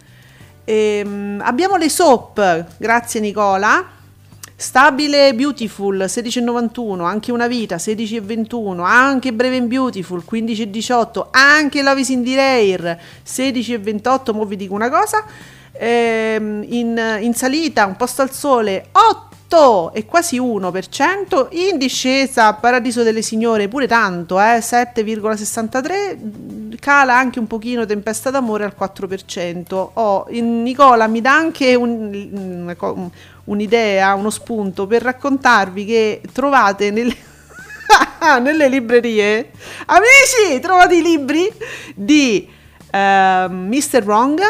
Ehm, abbiamo le soap, grazie Nicola. Stabile Beautiful sedici e novantuno, anche Una Vita sedici e ventuno, anche Brave and Beautiful quindici e diciotto, anche Love is in the Air sedici e ventotto. Mo vi dico una cosa, ehm, in, in salita Un posto al sole otto e quasi uno per cento, in discesa Paradiso delle Signore pure tanto, eh, sette virgola sessantatré, cala anche un pochino Tempesta d'amore al quattro per cento. Oh, in- Nicola mi dà anche un, una co- un- un'idea, uno spunto per raccontarvi che trovate nelle, nelle librerie, amici, trovate i libri di eh, mister Wrong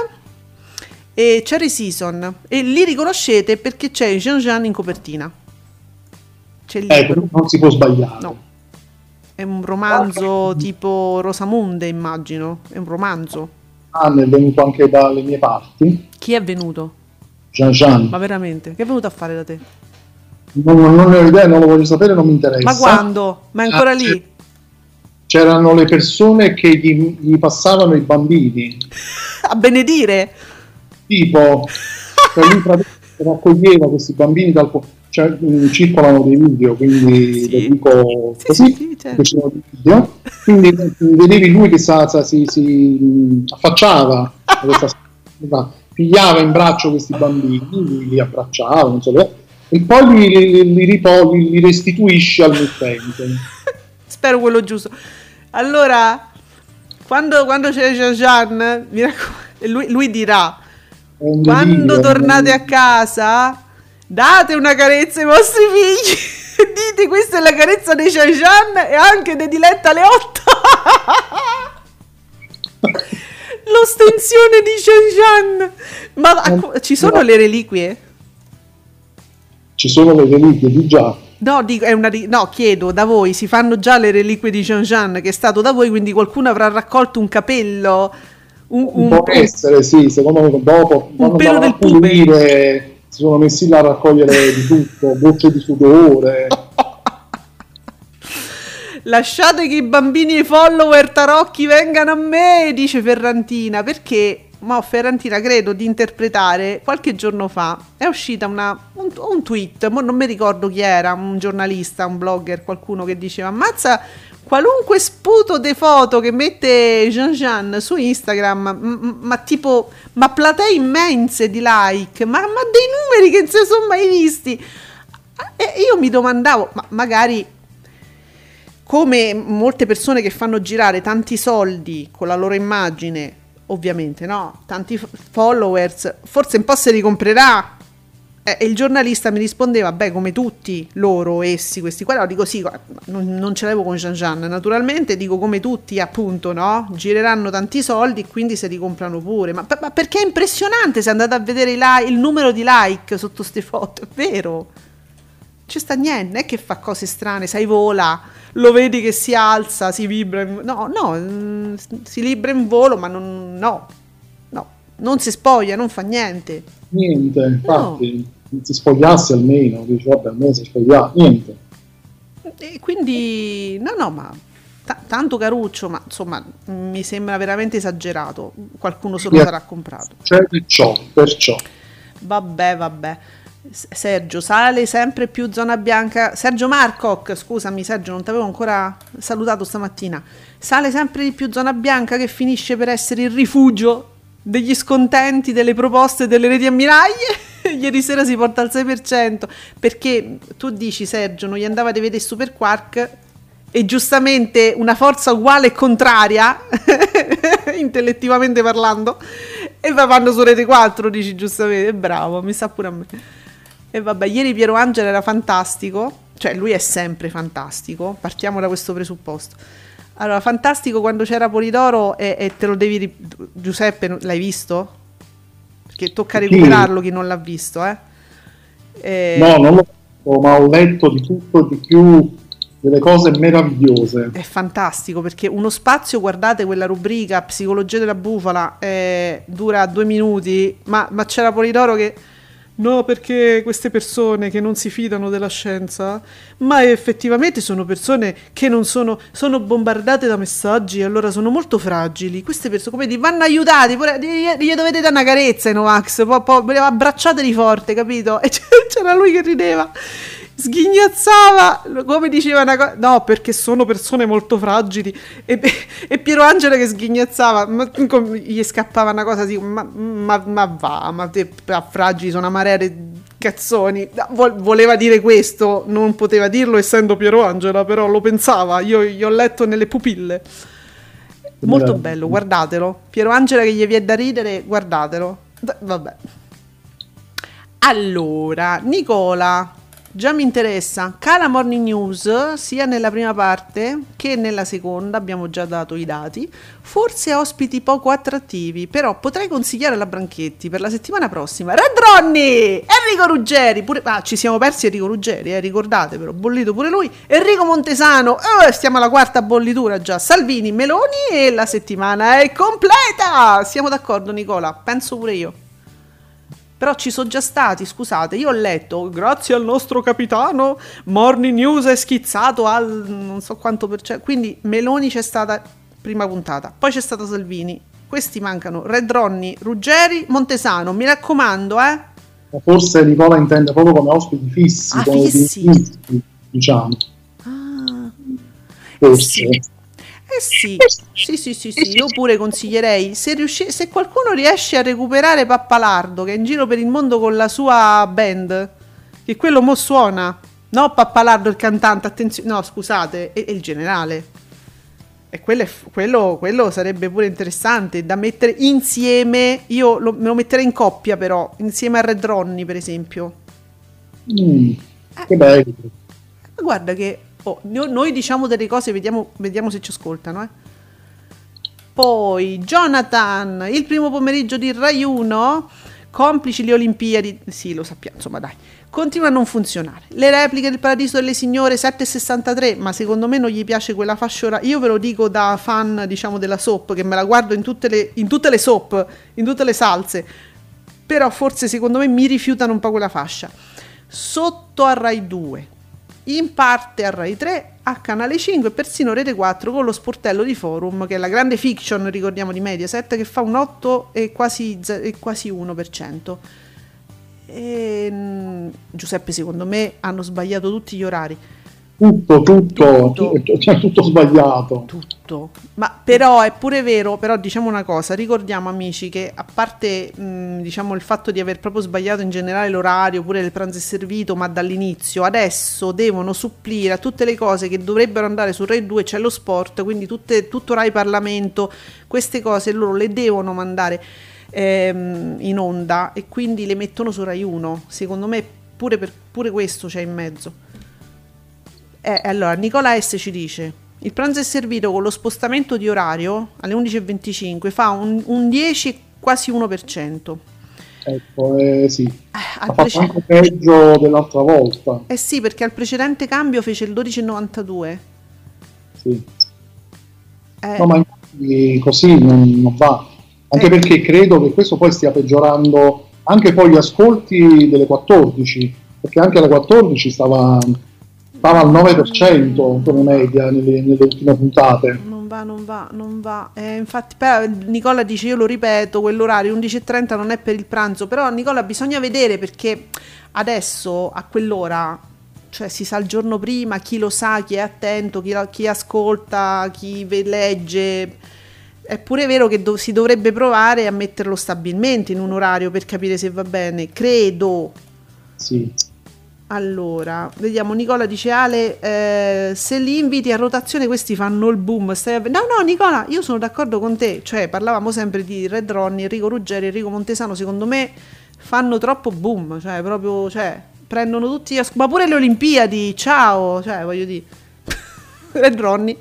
e Cherry Season e li riconoscete perché c'è Jean Jean in copertina. C'è il Ecco, libro. non si può sbagliare. No, è un romanzo tipo Rosamunde, immagino. È un romanzo. Ah, è venuto anche dalle mie parti, Chi è venuto? Jean Jean. Ma veramente? Che è venuto a fare da te? Non, non ne ho idea, non lo voglio sapere, non mi interessa. Ma quando? Ma è ancora Ah, lì? C'erano le persone che gli, gli passavano i bambini, A benedire? tipo, cioè lui praticamente raccoglieva questi bambini dal po- cioè, mh, circolano dei video, quindi Sì. lo dico Sì, così, sì, sì, certo. che ci sono dei video, quindi mh, vedevi lui che sa, sa- si, si mh, affacciava a questa storia, pigliava in braccio questi bambini, li, li abbracciava, non so che, e poi li, li, li, ripo- li- li restituisce al mittente. Spero quello giusto. Allora, quando, quando c'è Jean Jean, mi raccom- lui, lui dirà: È un quando delirio, tornate è a casa, date una carezza ai vostri figli. Dite questa è la carezza di Jean Jean e anche di Diletta Leotta. L'ostensione di Jean Jean. Ma a- ci sono le reliquie? Ci sono le reliquie di già. No, dico, è una ri- no, chiedo da voi, si fanno già le reliquie di Jean Jean, che è stato da voi, quindi qualcuno avrà raccolto un capello, un, un- Può essere, sì, secondo me dopo quando pelo andavano del a pulire si sono messi là a raccogliere di tutto, gocce di sudore. lasciate che i bambini e i follower tarocchi vengano a me, dice Ferrantina, perché, ma Ferrantina credo di interpretare, qualche giorno fa è uscita una, un, un tweet, mo non mi ricordo chi era, un giornalista, un blogger, qualcuno che diceva: ammazza, qualunque sputo de foto che mette Jean Jean su Instagram, m- m- ma tipo, ma platee immense di like, ma, ma dei numeri che non si sono mai visti. E io mi domandavo, ma magari, come molte persone che fanno girare tanti soldi con la loro immagine, ovviamente, no? Tanti f- followers, forse un po' se li comprerà. Eh, e il giornalista mi rispondeva: beh, come tutti loro, essi, questi qua. No, dico sì, non, non ce l'avevo con Jean Jean, naturalmente, dico come tutti, appunto, no? Gireranno tanti soldi e quindi se li comprano pure. Ma, ma perché è impressionante se andate a vedere i li- il numero di like sotto ste foto, è vero? C'è sta niente, non è che fa cose strane, sai, vola, lo vedi che si alza, si vibra, in- no, no, mm, si libra in volo, ma non, no, no, non si spoglia, non fa niente. Niente, infatti, non si spogliasse almeno, dice vabbè, almeno si spogliasse, niente. E quindi, no, no, ma ta- tanto caruccio, ma insomma, mi sembra veramente esagerato, qualcuno se lo Yeah. sarà comprato. C'è perciò, perciò. Vabbè, vabbè. S- Sergio, sale sempre più zona bianca. Sergio Marcoc, scusami Sergio, non ti avevo ancora salutato stamattina. Sale sempre di più zona bianca, che finisce per essere il rifugio degli scontenti delle proposte delle reti ammiraglie. Ieri sera si porta al sei per cento, perché tu dici, Sergio, non gli andava di vedere Super Quark e giustamente una forza uguale e contraria, intellettivamente parlando, e va- vanno su Rete quattro, dici giustamente, bravo, mi sa pure a me. E vabbè, ieri Piero Angela era fantastico, cioè lui è sempre fantastico, partiamo da questo presupposto. Allora, fantastico quando c'era Polidoro e, e te lo devi... ri- Giuseppe, l'hai visto? Perché tocca Sì. recuperarlo chi non l'ha visto, eh? E- No, non l'ho fatto, ma ho letto di tutto e di più, delle cose meravigliose. È fantastico perché uno spazio, guardate quella rubrica Psicologia della bufala, eh, dura due minuti, ma, ma c'era Polidoro che no, perché queste persone che non si fidano della scienza, ma effettivamente sono persone che non sono, sono bombardate da messaggi e allora sono molto fragili. Queste persone, come dire, vanno aiutati, pure, gli, gli dovete dare una carezza ai Novax, poi, poi abbracciateli forte, capito? E c'era lui che rideva, sghignazzava, come diceva una cosa, no, perché sono persone molto fragili, e, e Piero Angela che sghignazzava, ma, com- gli scappava una cosa tipo, ma, ma, ma va, ma te ah, fragili sono una marea di cazzoni. Vol- voleva dire questo, non poteva dirlo essendo Piero Angela, però lo pensava, io gli ho letto nelle pupille. Molto bello, guardatelo. Piero Angela che gli viene da ridere, guardatelo. D- vabbè. Allora, Nicola, già mi interessa. Cala Morning News, sia nella prima parte che nella seconda, abbiamo già dato i dati. Forse ospiti poco attrattivi, però potrei consigliare la Branchetti per la settimana prossima. Red Ronnie, Enrico Ruggeri, pure, ah, ci siamo persi Enrico Ruggeri, eh, ricordate però, bollito pure lui. Enrico Montesano, eh, stiamo alla quarta bollitura già. Salvini, Meloni e la settimana è completa. Siamo d'accordo, Nicola? Penso pure io. Però ci sono già stati, scusate, io ho letto, grazie al nostro capitano, Morning News è schizzato al non so quanto per cento, quindi Meloni c'è stata prima puntata, poi c'è stata Salvini, questi mancano, Red Ronnie, Ruggeri, Montesano, mi raccomando, eh. Forse Nicola intende proprio come ospiti fissi, Ah, come fissi. fissi, diciamo. Ah, Forse. sì. Eh sì, sì, sì, sì, sì, io pure consiglierei, se, riusci- se qualcuno riesce a recuperare Pappalardo, che è in giro per il mondo con la sua band, che quello mo suona, no Pappalardo il cantante, attenzione, no scusate, è, è il generale, e quello, è f- quello, quello sarebbe pure interessante da mettere insieme, io lo, me lo metterei in coppia però, insieme a Red Ronnie per esempio. Mm, che bello. Ma guarda che oh, noi, noi diciamo delle cose, vediamo, vediamo se ci ascoltano. Eh. Poi Jonathan, il primo pomeriggio di Rai uno, complici le Olimpiadi, sì lo sappiamo, insomma dai, continua a non funzionare. Le repliche del Paradiso delle Signore sette e sessantatré, ma secondo me non gli piace quella fascia ora. Io ve lo dico da fan, diciamo, della soap, che me la guardo in tutte le, in tutte le soap, in tutte le salse, però forse secondo me mi rifiutano un po' quella fascia. Sotto a Rai due, in parte a Rai tre, a Canale cinque e persino Rete quattro con lo sportello di Forum, che è la grande fiction, ricordiamo, di Mediaset, che fa un otto e quasi, e quasi uno per cento. E, Giuseppe, secondo me hanno sbagliato tutti gli orari. Tutto, tutto, Tutto. cioè, tutto sbagliato. Tutto. Ma però è pure vero, però diciamo una cosa, ricordiamo amici che a parte mh, diciamo il fatto di aver proprio sbagliato in generale l'orario, pure il pranzo è servito, ma dall'inizio, adesso devono supplire a tutte le cose che dovrebbero andare su Rai due, c'è lo sport, quindi tutte, tutto Rai Parlamento, queste cose loro le devono mandare ehm, in onda e quindi le mettono su Rai uno. Secondo me pure, per, pure questo c'è in mezzo. Eh, allora, Nicola S ci dice: il pranzo è servito con lo spostamento di orario alle undici e venticinque, fa un, un dieci, quasi uno per cento. Ecco, eh, sì. Eh, Ha al fatto prece- anche peggio dell'altra volta. eh sì, perché al precedente cambio fece il dodici e novantadue. Sì. Eh, No, ma infatti così non, non va. Anche Eh. perché credo che questo poi stia peggiorando anche poi gli ascolti delle quattordici, perché anche alle quattordici stava, stava al nove per cento come media nelle, nelle ultime puntate. non va, non va, non va. Eh, infatti, però, Nicola dice: io lo ripeto, quell'orario undici e trenta non è per il pranzo. Però, Nicola, bisogna vedere, perché adesso a quell'ora, cioè si sa il giorno prima, chi lo sa, chi è attento, chi, chi ascolta, chi ve- legge. È pure vero che do- si dovrebbe provare a metterlo stabilmente in un orario per capire se va bene, credo. Sì. Allora, vediamo, Nicola dice Ale, eh, se li inviti a rotazione questi fanno il boom. Stai a... No, no, Nicola, io sono d'accordo con te, cioè parlavamo sempre di Red Ronnie, Enrico Ruggeri, Enrico Montesano, secondo me fanno troppo boom, cioè proprio, cioè, prendono tutti, ma pure le Olimpiadi, ciao, cioè voglio dire, Red Ronnie.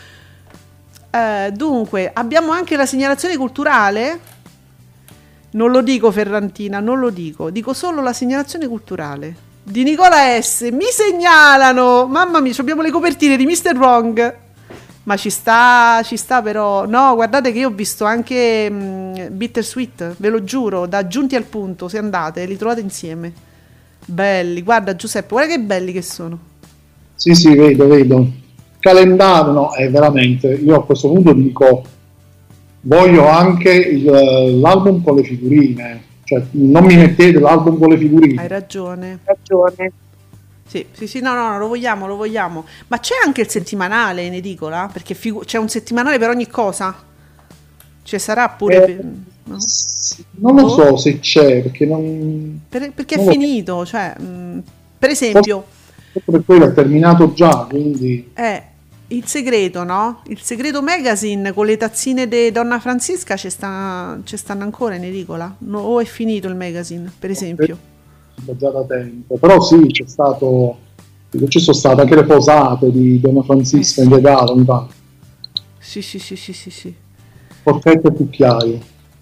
Eh, dunque, abbiamo anche la segnalazione culturale, non lo dico Ferrantina, non lo dico, dico solo la segnalazione culturale. Di Nicola S. Mi segnalano, mamma mia, abbiamo le copertine di mister Wrong, ma ci sta, ci sta però, no, guardate che io ho visto anche mh, Bittersweet, ve lo giuro, da Giunti al Punto, se andate, li trovate insieme, belli, guarda Giuseppe, guarda che belli che sono. Sì, sì, vedo, vedo, calendario, no, è veramente, io a questo punto dico, voglio anche il, l'album con le figurine. Cioè, non mi mettete l'album con le figurine. Hai ragione. Hai ragione. Sì, sì, sì, no, no, no, lo vogliamo, lo vogliamo. Ma c'è anche il settimanale in edicola? Perché figu- c'è un settimanale per ogni cosa? Ci sarà pure... Eh, per, no? Non lo so se c'è, perché non... Per, perché non è finito, cioè... Mh, per esempio... Forse per quello è terminato già, quindi... Eh, il segreto, no? Il segreto magazine con le tazzine di Donna Francisca ci sta, ci stanno ancora in edicola? No, o è finito il magazine, per esempio? Già da tempo, però sì, c'è stato, ci sono state anche le posate di Donna Francisca eh sì. in regalo, mi pare. Sì, sì, sì, sì, sì, sì. Porchette e cucchiaio.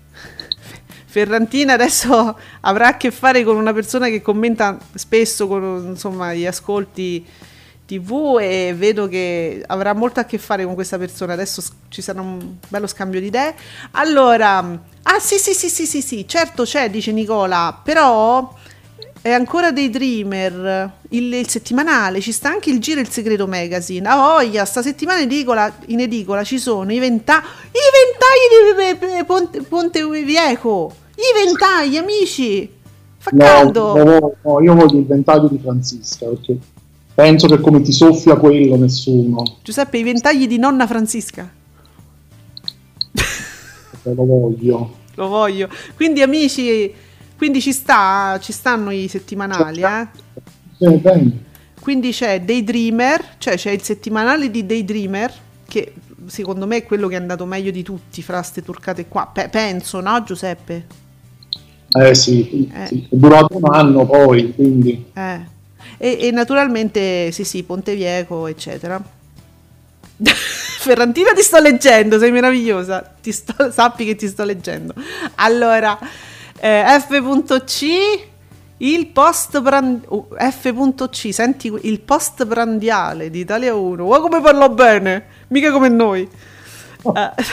Ferrantina adesso avrà a che fare con una persona che commenta spesso con, insomma, gli ascolti tivù, e vedo che avrà molto a che fare con questa persona. Adesso ci sarà un bello scambio di idee. Allora, ah sì sì sì sì sì sì, certo c'è, dice Nicola, però è ancora dei Dreamer, il, il settimanale, ci sta anche il Giro Il Segreto Magazine. Ah voglia, sta settimana in edicola, in edicola ci sono i ventagli, i ventagli di Ponte, Ponte Vieco, i ventagli, amici, fa no, caldo. No, no, io voglio il ventaglio di Francisca, perché penso che come ti soffia quello nessuno. Giuseppe, i ventagli di nonna Francisca. Lo voglio. Lo voglio. Quindi amici, quindi ci sta, ci stanno i settimanali, eh? Bene, bene. Quindi c'è Daydreamer, cioè c'è il settimanale di Daydreamer, che secondo me è quello che è andato meglio di tutti fra ste turcate qua. Pe- penso, no Giuseppe? Eh sì, eh. sì, è durato un anno poi, quindi... Eh. E, e naturalmente sì sì Pontevieco eccetera. Ferrantina, ti sto leggendo, sei meravigliosa, ti sto, sappi che ti sto leggendo. Allora eh, F C il post brand, uh, F C senti il post prandiale di Italia uno, guarda come parlo bene, mica come noi. uh,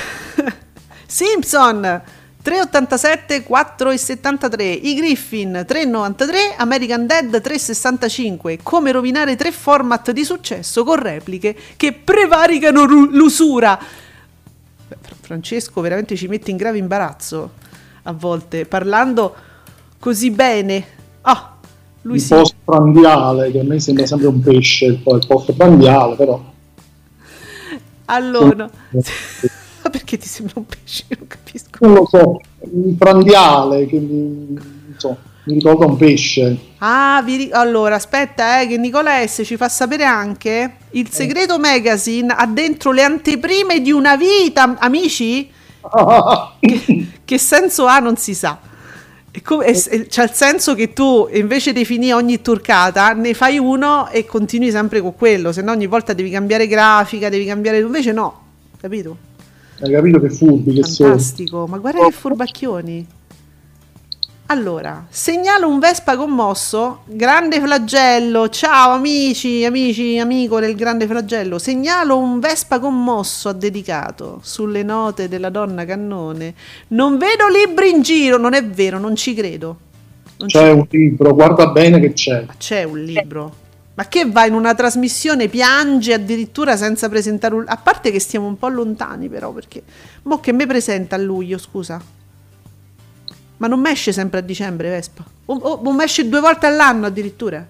Simpson tre ottantasette, quattro settantatré, i Griffin tre novantatré, American Dad tre sessantacinque, come rovinare tre format di successo con repliche che prevaricano ru- l'usura. Beh, Francesco veramente ci mette in grave imbarazzo a volte, parlando così bene. Ah, lui il sì. post prandiale, che a me sembra sempre un pesce, il post prandiale, però... Allora... Perché ti sembra un pesce? Non capisco. Non lo so, un prandiale che mi, non so, mi ricorda un pesce. Ah, vi, allora aspetta, eh, che Nicola S ci fa sapere anche il Segreto Magazine ha dentro le anteprime di una vita, amici? che, che senso ha non si sa. E come, e, e, c'ha il senso che tu invece di finire ogni turcata ne fai uno e continui sempre con quello, se no ogni volta devi cambiare grafica, devi cambiare, invece no, capito? Hai capito che furbi che sono? Fantastico, ma guarda che furbacchioni. Allora, segnalo un Vespa commosso, grande flagello, ciao amici, amici, amico del grande flagello, segnalo un Vespa commosso dedicato sulle note della donna cannone. Non vedo libri in giro, non è vero, non ci credo. Non c'è ci... un libro, guarda bene che c'è. Ma c'è un libro. Ma che va in una trasmissione, piange addirittura senza presentare un... A parte che stiamo un po' lontani però, perché... Mo' che me presenta a luglio, scusa. Ma non esce sempre a dicembre, Vespa? O, o, o esce due volte all'anno addirittura?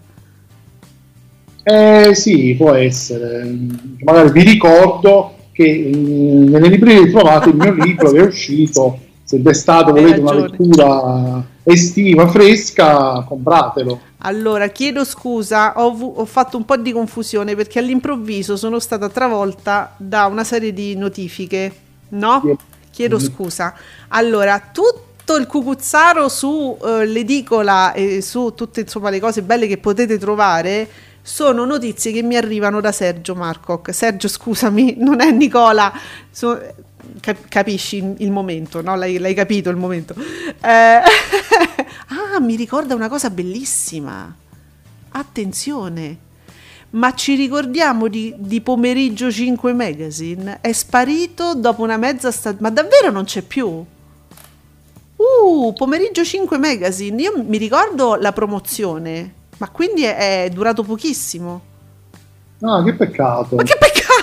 Eh sì, può essere. Magari vi ricordo che nelle librerie trovate il mio libro che è uscito se d'estate volete una lettura estiva, fresca, compratelo. Allora, chiedo scusa, ho, vu- ho fatto un po' di confusione perché all'improvviso sono stata travolta da una serie di notifiche, no? Sì. Chiedo scusa. Allora, tutto il cucuzzaro su uh, l'edicola e su tutte insomma le cose belle che potete trovare sono notizie che mi arrivano da Sergio Marcoc. Sergio, scusami, non è Nicola. So, cap- capisci il, il momento, no? L'hai, l'hai capito il momento. Eh, ah, mi ricorda una cosa bellissima. Attenzione. Ma ci ricordiamo di, di Pomeriggio cinque Magazine? È sparito dopo una mezza stagione. Ma davvero non c'è più? Uh, Pomeriggio cinque Magazine. Io mi ricordo la promozione. Ma quindi è, è durato pochissimo. Ah, che peccato. Ma che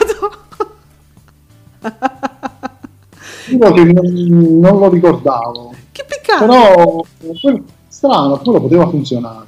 peccato! Io che non, non lo ricordavo. Che peccato! Però, quello, strano, quello poteva funzionare.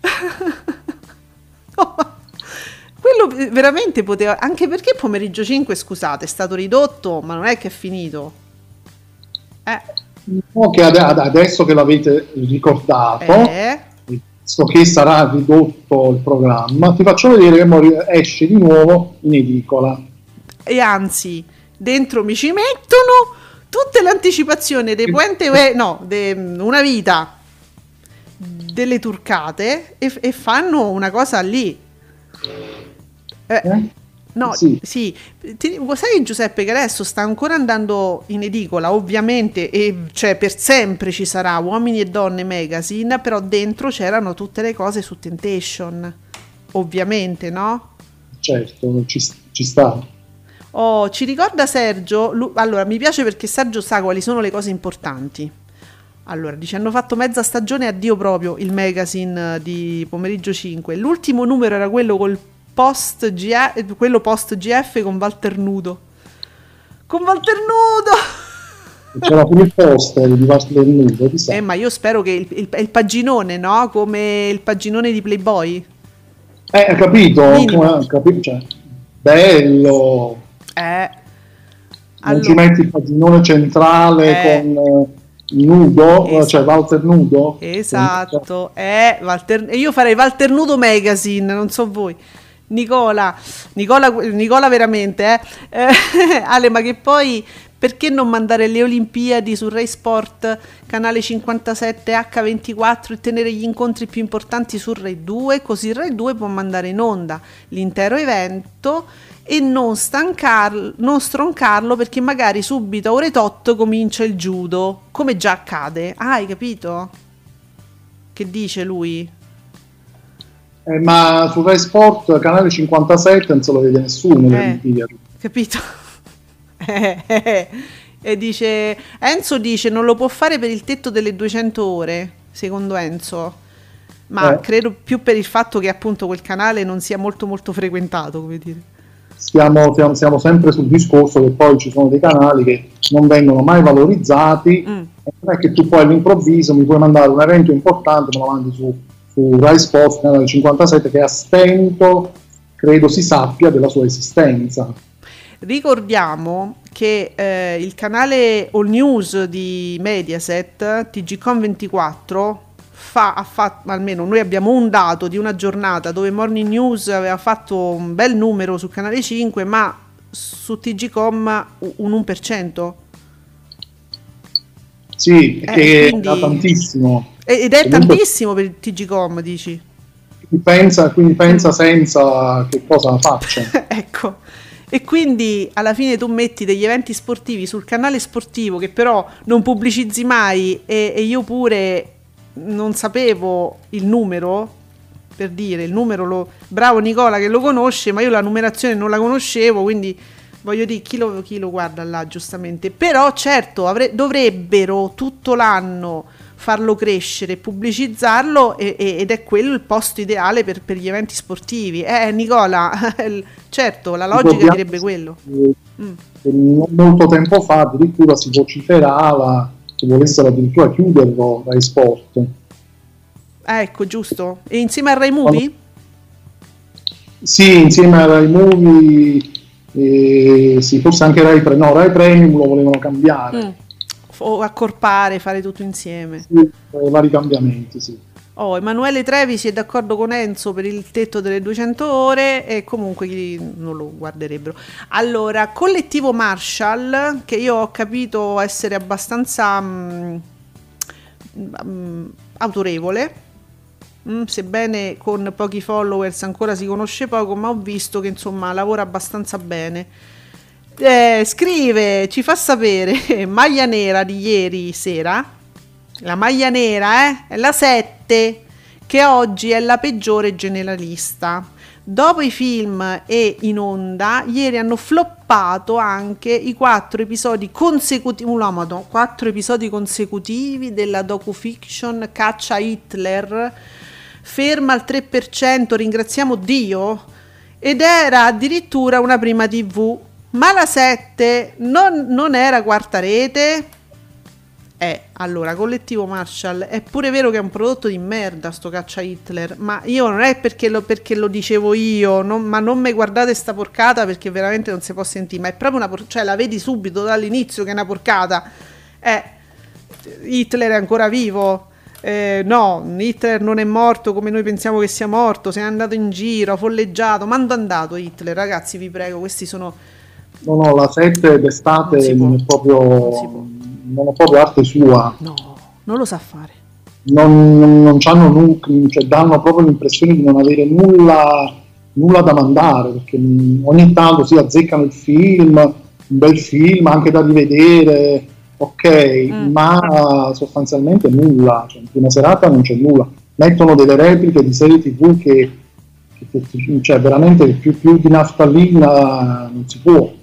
No, quello veramente poteva... Anche perché Pomeriggio cinque, scusate, è stato ridotto, ma non è che è finito. Eh. No, che ad, adesso che l'avete ricordato... Eh... che sarà ridotto il programma, ti faccio vedere che esce di nuovo in edicola. E anzi, dentro mi ci mettono tutte le anticipazioni dei Puente, no, de, una vita delle turcate e, e fanno una cosa lì. Eh, eh? No, sì, sì. Ti, sai Giuseppe che adesso sta ancora andando in edicola, ovviamente, e cioè per sempre ci sarà Uomini e Donne Magazine, però dentro c'erano tutte le cose su Temptation, ovviamente, no? Certo, ci, ci sta. Oh, ci ricorda Sergio, lui, allora mi piace perché Sergio sa quali sono le cose importanti. Allora, dice, hanno fatto mezza stagione, addio proprio il magazine di Pomeriggio cinque, l'ultimo numero era quello col post G F, quello post G F con Walter Nudo. Con Walter Nudo! C'era pure il poster di Walter Nudo. Eh, ma io spero che il, il, il paginone, no? Come il paginone di Playboy. Eh, capito? Come, capito? Cioè, bello. Eh. Non allora, ci metti il paginone centrale eh. con il nudo, esatto. Cioè Walter Nudo. Esatto. Eh, Walter, io farei Walter Nudo Magazine, non so voi. Nicola, Nicola, Nicola veramente, eh? eh? Ale, ma che poi perché non mandare le Olimpiadi su Rai Sport, canale cinquantasette acca ventiquattro e tenere gli incontri più importanti su Rai due, così Rai due può mandare in onda l'intero evento e non stancarlo, non stroncarlo perché magari subito a ore tot comincia il judo, come già accade. Ah, hai capito? Che dice lui? Eh, ma su Rai Sport, canale cinquantasette, non se lo vede nessuno. Eh, capito? eh, eh, e dice Enzo dice non lo può fare per il tetto delle duecento ore, secondo Enzo, ma eh. credo più per il fatto che appunto quel canale non sia molto molto frequentato, come dire. Stiamo, siamo, siamo sempre sul discorso che poi ci sono dei canali che non vengono mai valorizzati, mm. e non è che tu poi all'improvviso mi puoi mandare un evento importante, me lo mandi su su Rai Sport, canale cinquantasette, che a stento credo si sappia della sua esistenza. Ricordiamo che eh, il canale All News di Mediaset, T G Com ventiquattro, fa, ha fatto, almeno noi abbiamo un dato di una giornata dove Morning News aveva fatto un bel numero su canale cinque, ma su T G Com un uno per cento. Sì, eh, che quindi... è tantissimo. Ed è comunque tantissimo per il T G Com, dici? Pensa, quindi pensa senza che cosa faccia. Ecco. E quindi alla fine tu metti degli eventi sportivi sul canale sportivo che però non pubblicizzi mai e, e io pure non sapevo il numero, per dire, il numero lo... Bravo Nicola che lo conosce, ma io la numerazione non la conoscevo, quindi voglio dire, chi lo, chi lo guarda là giustamente. Però certo, avre... dovrebbero tutto l'anno farlo crescere, pubblicizzarlo e, e, ed è quello il posto ideale per, per gli eventi sportivi. Eh Nicola, certo, la logica direbbe quello. Mm. Non molto tempo fa addirittura si vociferava che volessero addirittura chiuderlo Rai Sport. Eh, ecco, giusto. E insieme a Rai Movie? Sì, insieme a Rai Movie, eh, sì, forse anche Rai Premium, no, Rai Premium lo volevano cambiare. Mm. o accorpare, fare tutto insieme. Sì, vari cambiamenti, sì. Oh, Emanuele Trevisi è d'accordo con Enzo per il tetto delle duecento ore e comunque non lo guarderebbero. Allora, collettivo Marshall, che io ho capito essere abbastanza mh, mh, autorevole, mh, sebbene con pochi followers ancora si conosce poco, ma ho visto che insomma lavora abbastanza bene. Eh, scrive, ci fa sapere, maglia nera di ieri sera, la maglia nera eh, è la sette, che oggi è la peggiore generalista. Dopo i film e in onda, ieri hanno floppato anche i quattro episodi consecutivi, no, no, quattro episodi consecutivi della docufiction Caccia Hitler, ferma al tre per cento, ringraziamo Dio, ed era addirittura una prima tivù. Ma la sette non, non era quarta rete? Eh, allora, collettivo Marshall, è pure vero che è un prodotto di merda sto Caccia Hitler, ma io non è perché lo, perché lo dicevo io, non, ma non mi guardate sta porcata perché veramente non si può sentire, ma è proprio una porcata, cioè la vedi subito dall'inizio che è una porcata. Eh, Hitler è ancora vivo? Eh, no, Hitler non è morto come noi pensiamo che sia morto, se è andato in giro, folleggiato, mando andato Hitler, ragazzi, vi prego, questi sono... No, no, la sette d'estate non, non è proprio non, non è proprio arte sua. No, non lo sa fare. Non, non, non c'hanno nuclei, cioè danno proprio l'impressione di non avere nulla, nulla da mandare, perché ogni tanto si azzeccano il film, un bel film anche da rivedere, ok, mm. ma sostanzialmente nulla, cioè in prima serata non c'è nulla. Mettono delle repliche di serie tivù che, che, che cioè veramente più, più di naftalina non si può.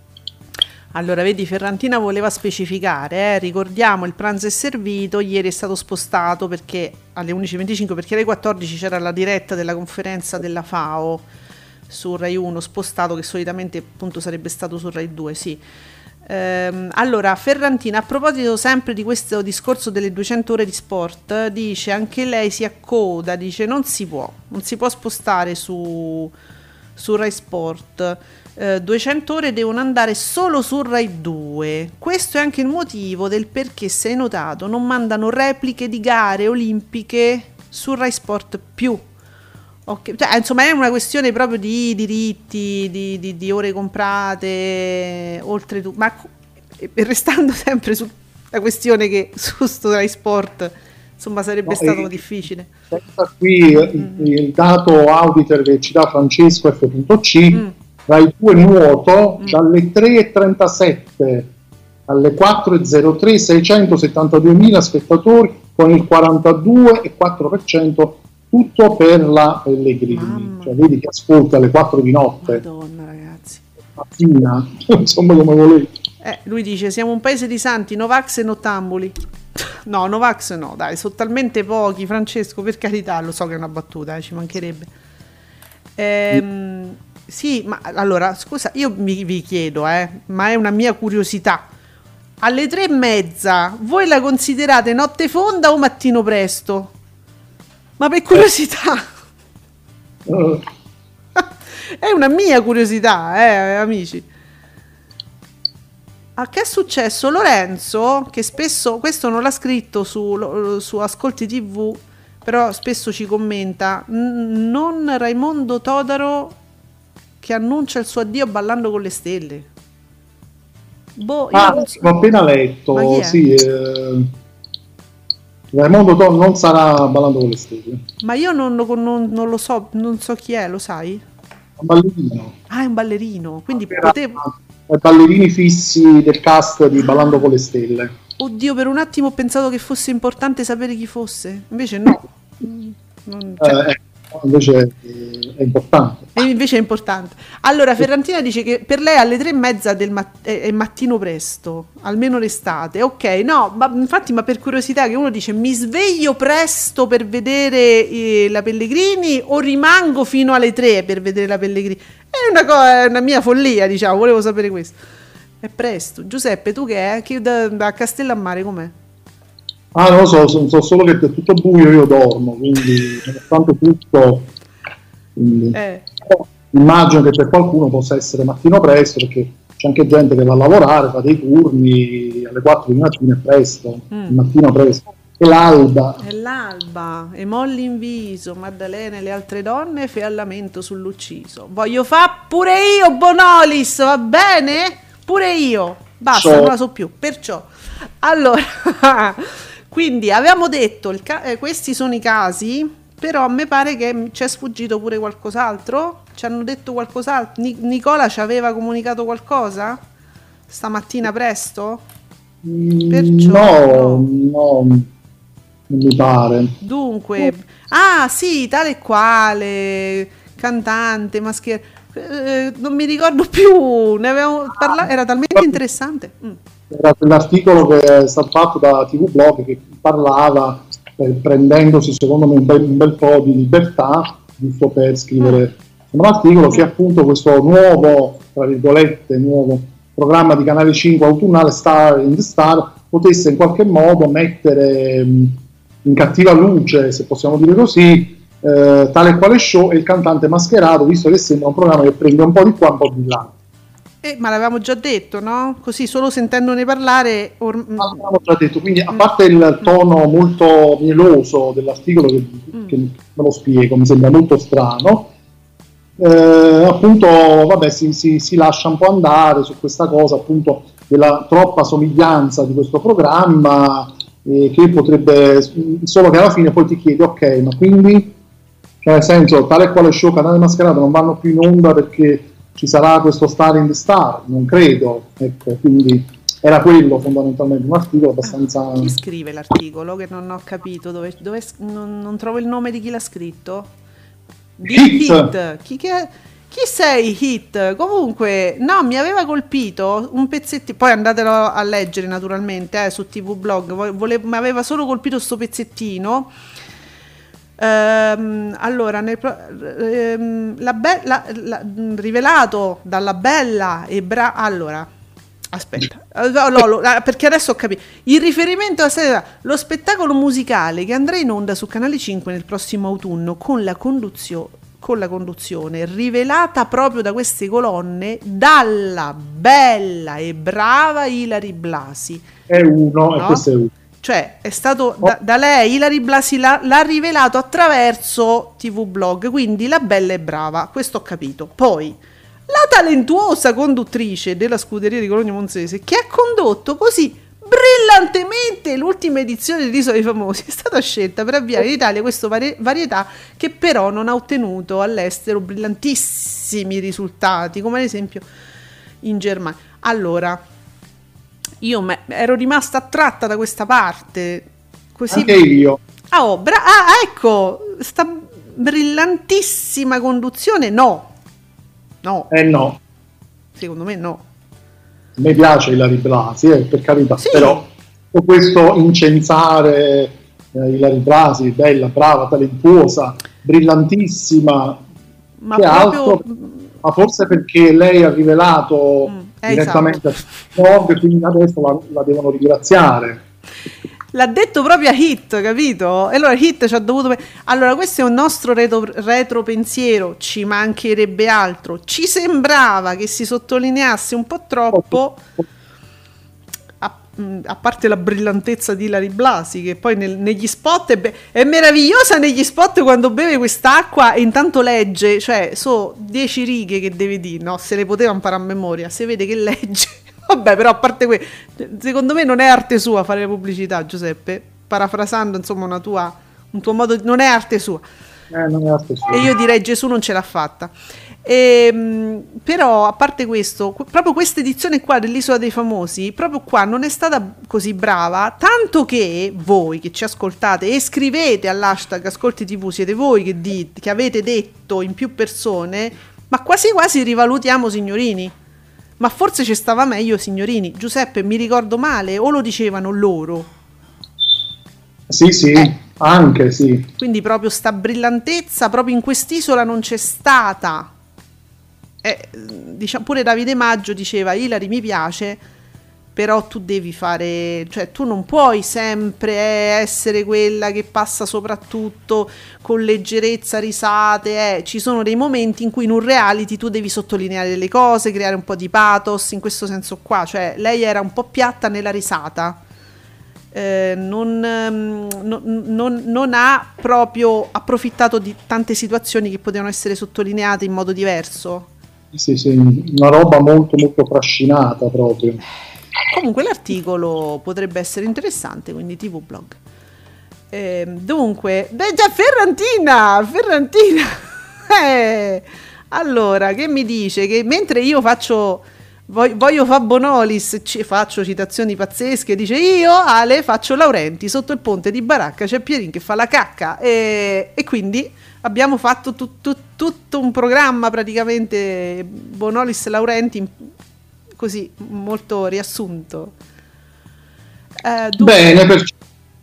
Allora, vedi, Ferrantina voleva specificare, eh? Ricordiamo, il pranzo è servito, ieri è stato spostato perché alle undici e venticinque, perché alle quattordici c'era la diretta della conferenza della FAO su Rai uno, spostato, che solitamente appunto sarebbe stato su Rai due, sì. Ehm, allora, Ferrantina, a proposito sempre di questo discorso delle duecento ore di sport, dice, anche lei si accoda, dice non si può, non si può spostare su, su Rai Sport. Uh, duecento ore devono andare solo su Rai due. Questo è anche il motivo del perché, se hai notato, non mandano repliche di gare olimpiche su Rai Sport più. Okay. Cioè, insomma, è una questione proprio di diritti, di, di, di ore comprate, oltretutto, ma restando sempre sulla questione che su sto Rai Sport insomma sarebbe no, stato eh, difficile. Qui mm. il, il dato auditor che ci dà Francesco F C, mm. Rai due nuoto mm. dalle tre e trentasette alle quattro e zero tre seicentosettantaduemila spettatori con il quarantadue virgola quattro per cento, tutto per la Pellegrini. Mamma. Cioè vedi che ascolta alle quattro di notte. Madonna, ragazzi. Mattina, insomma, come volete. Eh, lui dice siamo un paese di santi, Novax e nottambuli. No, Novax no, dai, sono talmente pochi, Francesco, per carità, lo so che è una battuta, eh, ci mancherebbe. Ehm, mm. Sì, ma allora, scusa, io mi, vi chiedo, eh, ma è una mia curiosità. Alle tre e mezza, voi la considerate notte fonda o mattino presto? Ma per curiosità. Uh. È una mia curiosità, eh, amici. Ah, che è successo? Lorenzo, che spesso, questo non l'ha scritto su, su Ascolti tivù, però spesso ci commenta, n- non Raimondo Todaro che annuncia il suo addio ballando con le stelle. Boh, io ah, non so. l'ho appena letto, sì, eh, Raimondo Todaro non sarà ballando con le stelle. Ma io non, non, non lo so, non so chi è, lo sai? Un ballerino. Ah, è un ballerino, quindi Era, potevo... ballerini fissi del cast di Ballando con le stelle. Oddio, per un attimo ho pensato che fosse importante sapere chi fosse, invece no. Non, cioè... eh, invece è importante. E invece è importante. Allora, Ferrantina dice che per lei alle tre e mezza del mat- è mattino presto, almeno l'estate. Ok, no, ma infatti, ma per curiosità, che uno dice mi sveglio presto per vedere eh, la Pellegrini o rimango fino alle tre per vedere la Pellegrini? È una, co- è una mia follia, diciamo, volevo sapere questo. È presto. Giuseppe, tu che è? Che da, da Castellammare com'è? Ah, non lo so, so, so solo che è tutto buio, io dormo, quindi nonostante tutto, quindi, eh. immagino che per qualcuno possa essere mattino presto, perché c'è anche gente che va a lavorare, fa dei turni alle quattro di mattina, è presto, Mm. il mattino presto. E l'alba, È l'alba, e molli in viso, Maddalena e le altre donne, fe al lamento sull'ucciso. Voglio fa pure io Bonolis, va bene? Pure io. Basta, So. non la so più. Perciò, allora, quindi avevamo detto, il ca- eh, questi sono i casi, però a me pare che ci è sfuggito pure qualcos'altro. Ci hanno detto qualcos'altro. Ni- Nicola ci aveva comunicato qualcosa? Stamattina presto? mm, Perciò, no, no, non mi pare. Dunque, ah sì, tale e quale, cantante, maschera, eh, non mi ricordo più, ne avevamo parlato, era talmente interessante. Mm. Era quell'articolo che è stato fatto da T V Blog che parlava, eh, prendendosi secondo me un bel, un bel po' di libertà, giusto per scrivere un articolo, che appunto questo nuovo, tra virgolette, nuovo programma di Canale cinque autunnale, Star in the Star, potesse in qualche modo mettere mh, in cattiva luce, se possiamo dire così, eh, tale e quale show e il cantante mascherato, visto che sembra un programma che prende un po' di qua, un po' di là. Eh, ma l'avevamo già detto, no? Così solo sentendone parlare... Or- Ma l'abbiamo già detto, quindi a parte il tono molto mieloso dell'articolo che, che me lo spiego, mi sembra molto strano, eh, appunto vabbè si, si, si lascia un po' andare su questa cosa appunto della troppa somiglianza di questo programma, eh, che potrebbe, solo che alla fine poi ti chiedi ok, ma quindi, cioè nel senso, tale e quale show, Canale Mascherato non vanno più in onda perché ci sarà questo Star in the Star? Non credo, ecco, quindi era quello fondamentalmente, un articolo abbastanza... Chi scrive l'articolo? Che non ho capito, dove, dove non, non trovo il nome di chi l'ha scritto? Di Hit. Hit. Chi, che, chi sei Hit? Comunque, no, mi aveva colpito un pezzettino, poi andatelo a leggere naturalmente eh, su T V Blog, Vole, mi aveva solo colpito sto pezzettino. Ehm, allora, nel, ehm, la be- la, la, rivelato dalla bella e brava... Allora, aspetta, no, no, lo, perché adesso ho capito. Il riferimento a lo spettacolo musicale che andrà in onda su Canale cinque nel prossimo autunno con la conduzione con la conduzione rivelata proprio da queste colonne dalla bella e brava Ilary Blasi. È uno, no? E questo è uno. Cioè è stato da, da lei, Ilary Blasi l'ha, l'ha rivelato attraverso T V Blog, quindi la bella e brava, questo ho capito. Poi la talentuosa conduttrice della scuderia di Cologno Monzese, che ha condotto così brillantemente l'ultima edizione dell'Isola dei Famosi, è stata scelta per avviare in Italia questa vari- varietà che però non ha ottenuto all'estero brillantissimi risultati, come ad esempio in Germania. Allora, io me- ero rimasta attratta da questa parte. Così... Anche io. Ah, oh, bra- ah, ecco, sta brillantissima conduzione, no. No. Eh no. Secondo me no. A me piace Ilary Blasi, eh, per carità, Sì. però con questo incensare eh, Ilary Blasi, bella, brava, talentuosa, brillantissima, Ma che proprio... altro, ma forse perché lei ha rivelato Mm, eh, direttamente esatto. a Blog, quindi adesso la, la devono ringraziare. L'ha detto proprio a Hit, capito? E allora Hit ci ha dovuto... Allora questo è un nostro retro, retro pensiero, ci mancherebbe altro. Ci sembrava che si sottolineasse un po' troppo, a, a parte la brillantezza di Ilary Blasi, che poi nel, negli spot è, be- è meravigliosa negli spot quando beve quest'acqua e intanto legge, cioè so dieci righe che deve dire, no? Se le poteva imparare a memoria, si vede che legge. Vabbè, però a parte questo, secondo me non è arte sua fare la pubblicità, Giuseppe, parafrasando insomma una tua, un tuo modo, non è arte sua. Eh, non è la stessa. E io direi Gesù non ce l'ha fatta. E, però a parte questo, proprio questa edizione qua dell'Isola dei Famosi, proprio qua non è stata così brava, tanto che voi che ci ascoltate e scrivete all'hashtag Ascolti tivù, siete voi che, dite, che avete detto in più persone, ma quasi quasi rivalutiamo Signorini. Ma forse ci stava meglio Signorini. Giuseppe, mi ricordo male o lo dicevano loro? Sì, sì, Eh. anche sì. Quindi proprio sta brillantezza proprio in quest'isola non c'è stata. Eh, diciamo, pure Davide Maggio diceva Ilary mi piace, però tu devi fare, cioè tu non puoi sempre eh, essere quella che passa soprattutto con leggerezza, risate, eh. Ci sono dei momenti in cui in un reality tu devi sottolineare delle cose, creare un po' di pathos, in questo senso qua, cioè lei era un po' piatta nella risata, eh, non, non, non, non ha proprio approfittato di tante situazioni che potevano essere sottolineate in modo diverso. Sì, sì, una roba molto molto trascinata proprio. Comunque l'articolo potrebbe essere interessante, quindi T V Blog. Eh, dunque, beh, già Ferrantina, Ferrantina. eh, allora, che mi dice? Che mentre io faccio, voglio, voglio fa Bonolis, ci, faccio citazioni pazzesche, dice io, Ale, faccio Laurenti, sotto il ponte di Baracca c'è Pierin che fa la cacca, e, e quindi abbiamo fatto tu, tu, tutto un programma praticamente Bonolis Laurenti, così molto riassunto. Eh, dunque, Bene, perciò.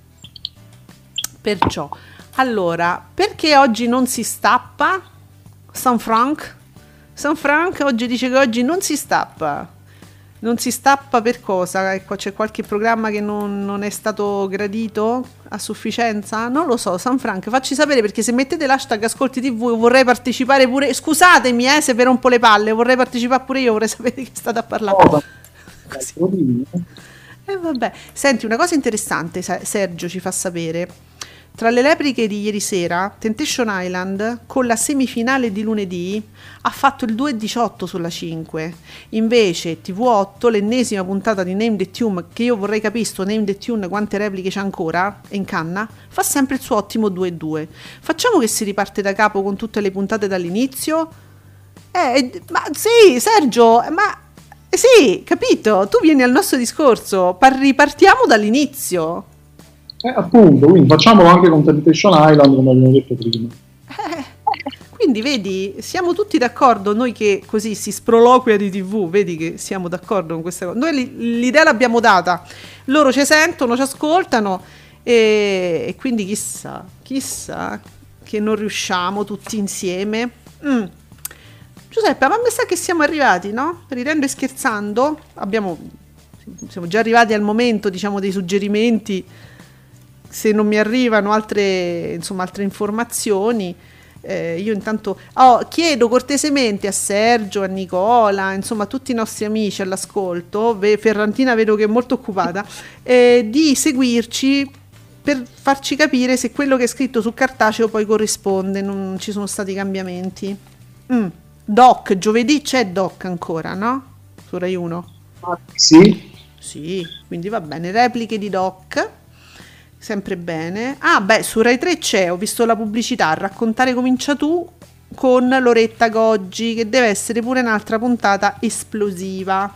perciò allora, perché oggi non si stappa San Frank? San Frank oggi dice che oggi non si stappa. Non si stappa per cosa? Ecco, c'è qualche programma che non, non è stato gradito a sufficienza? Non lo so, San Frank, facci sapere, perché se mettete l'hashtag Ascolti T V vorrei partecipare pure. Scusatemi eh, se vi rompo le palle, vorrei partecipare pure io, vorrei sapere di che state a parlare. Oh, Così. E eh, vabbè, senti, una cosa interessante Sergio ci fa sapere. Tra le repliche di ieri sera, Temptation Island, con la semifinale di lunedì, ha fatto il due e diciotto sulla cinque. Invece T V otto, l'ennesima puntata di Name the Tune, che io vorrei capire sto Name the Tune quante repliche c'è ancora in canna, fa sempre il suo ottimo due e due. Facciamo che si riparte da capo con tutte le puntate dall'inizio? Eh, ma sì, Sergio, ma sì, capito? Tu vieni al nostro discorso, par- ripartiamo dall'inizio. Eh, appunto, quindi facciamolo anche con Temptation Island, come abbiamo detto prima. Eh, quindi vedi, siamo tutti d'accordo, noi che così si sproloquia di tivù, vedi che siamo d'accordo con questa cosa. Noi li, l'idea l'abbiamo data, loro ci sentono, ci ascoltano e, e quindi chissà, chissà che non riusciamo tutti insieme. Mm. Giuseppe, ma mi sa che siamo arrivati, no? Ridendo e scherzando, abbiamo, siamo già arrivati al momento, diciamo, dei suggerimenti. Se non mi arrivano altre, insomma, altre informazioni, eh, io intanto oh, chiedo cortesemente a Sergio, a Nicola, insomma a tutti i nostri amici all'ascolto, Ferrantina vedo che è molto occupata, eh, di seguirci per farci capire se quello che è scritto su cartaceo poi corrisponde, non ci sono stati cambiamenti. Mm. Doc, giovedì c'è Doc ancora, no? Su Rai uno? Sì. Sì, quindi va bene, repliche di Doc. Sempre bene. Ah, beh, su Rai tre c'è, ho visto la pubblicità, Raccontare comincia tu, con Loretta Goggi, che deve essere pure un'altra puntata esplosiva.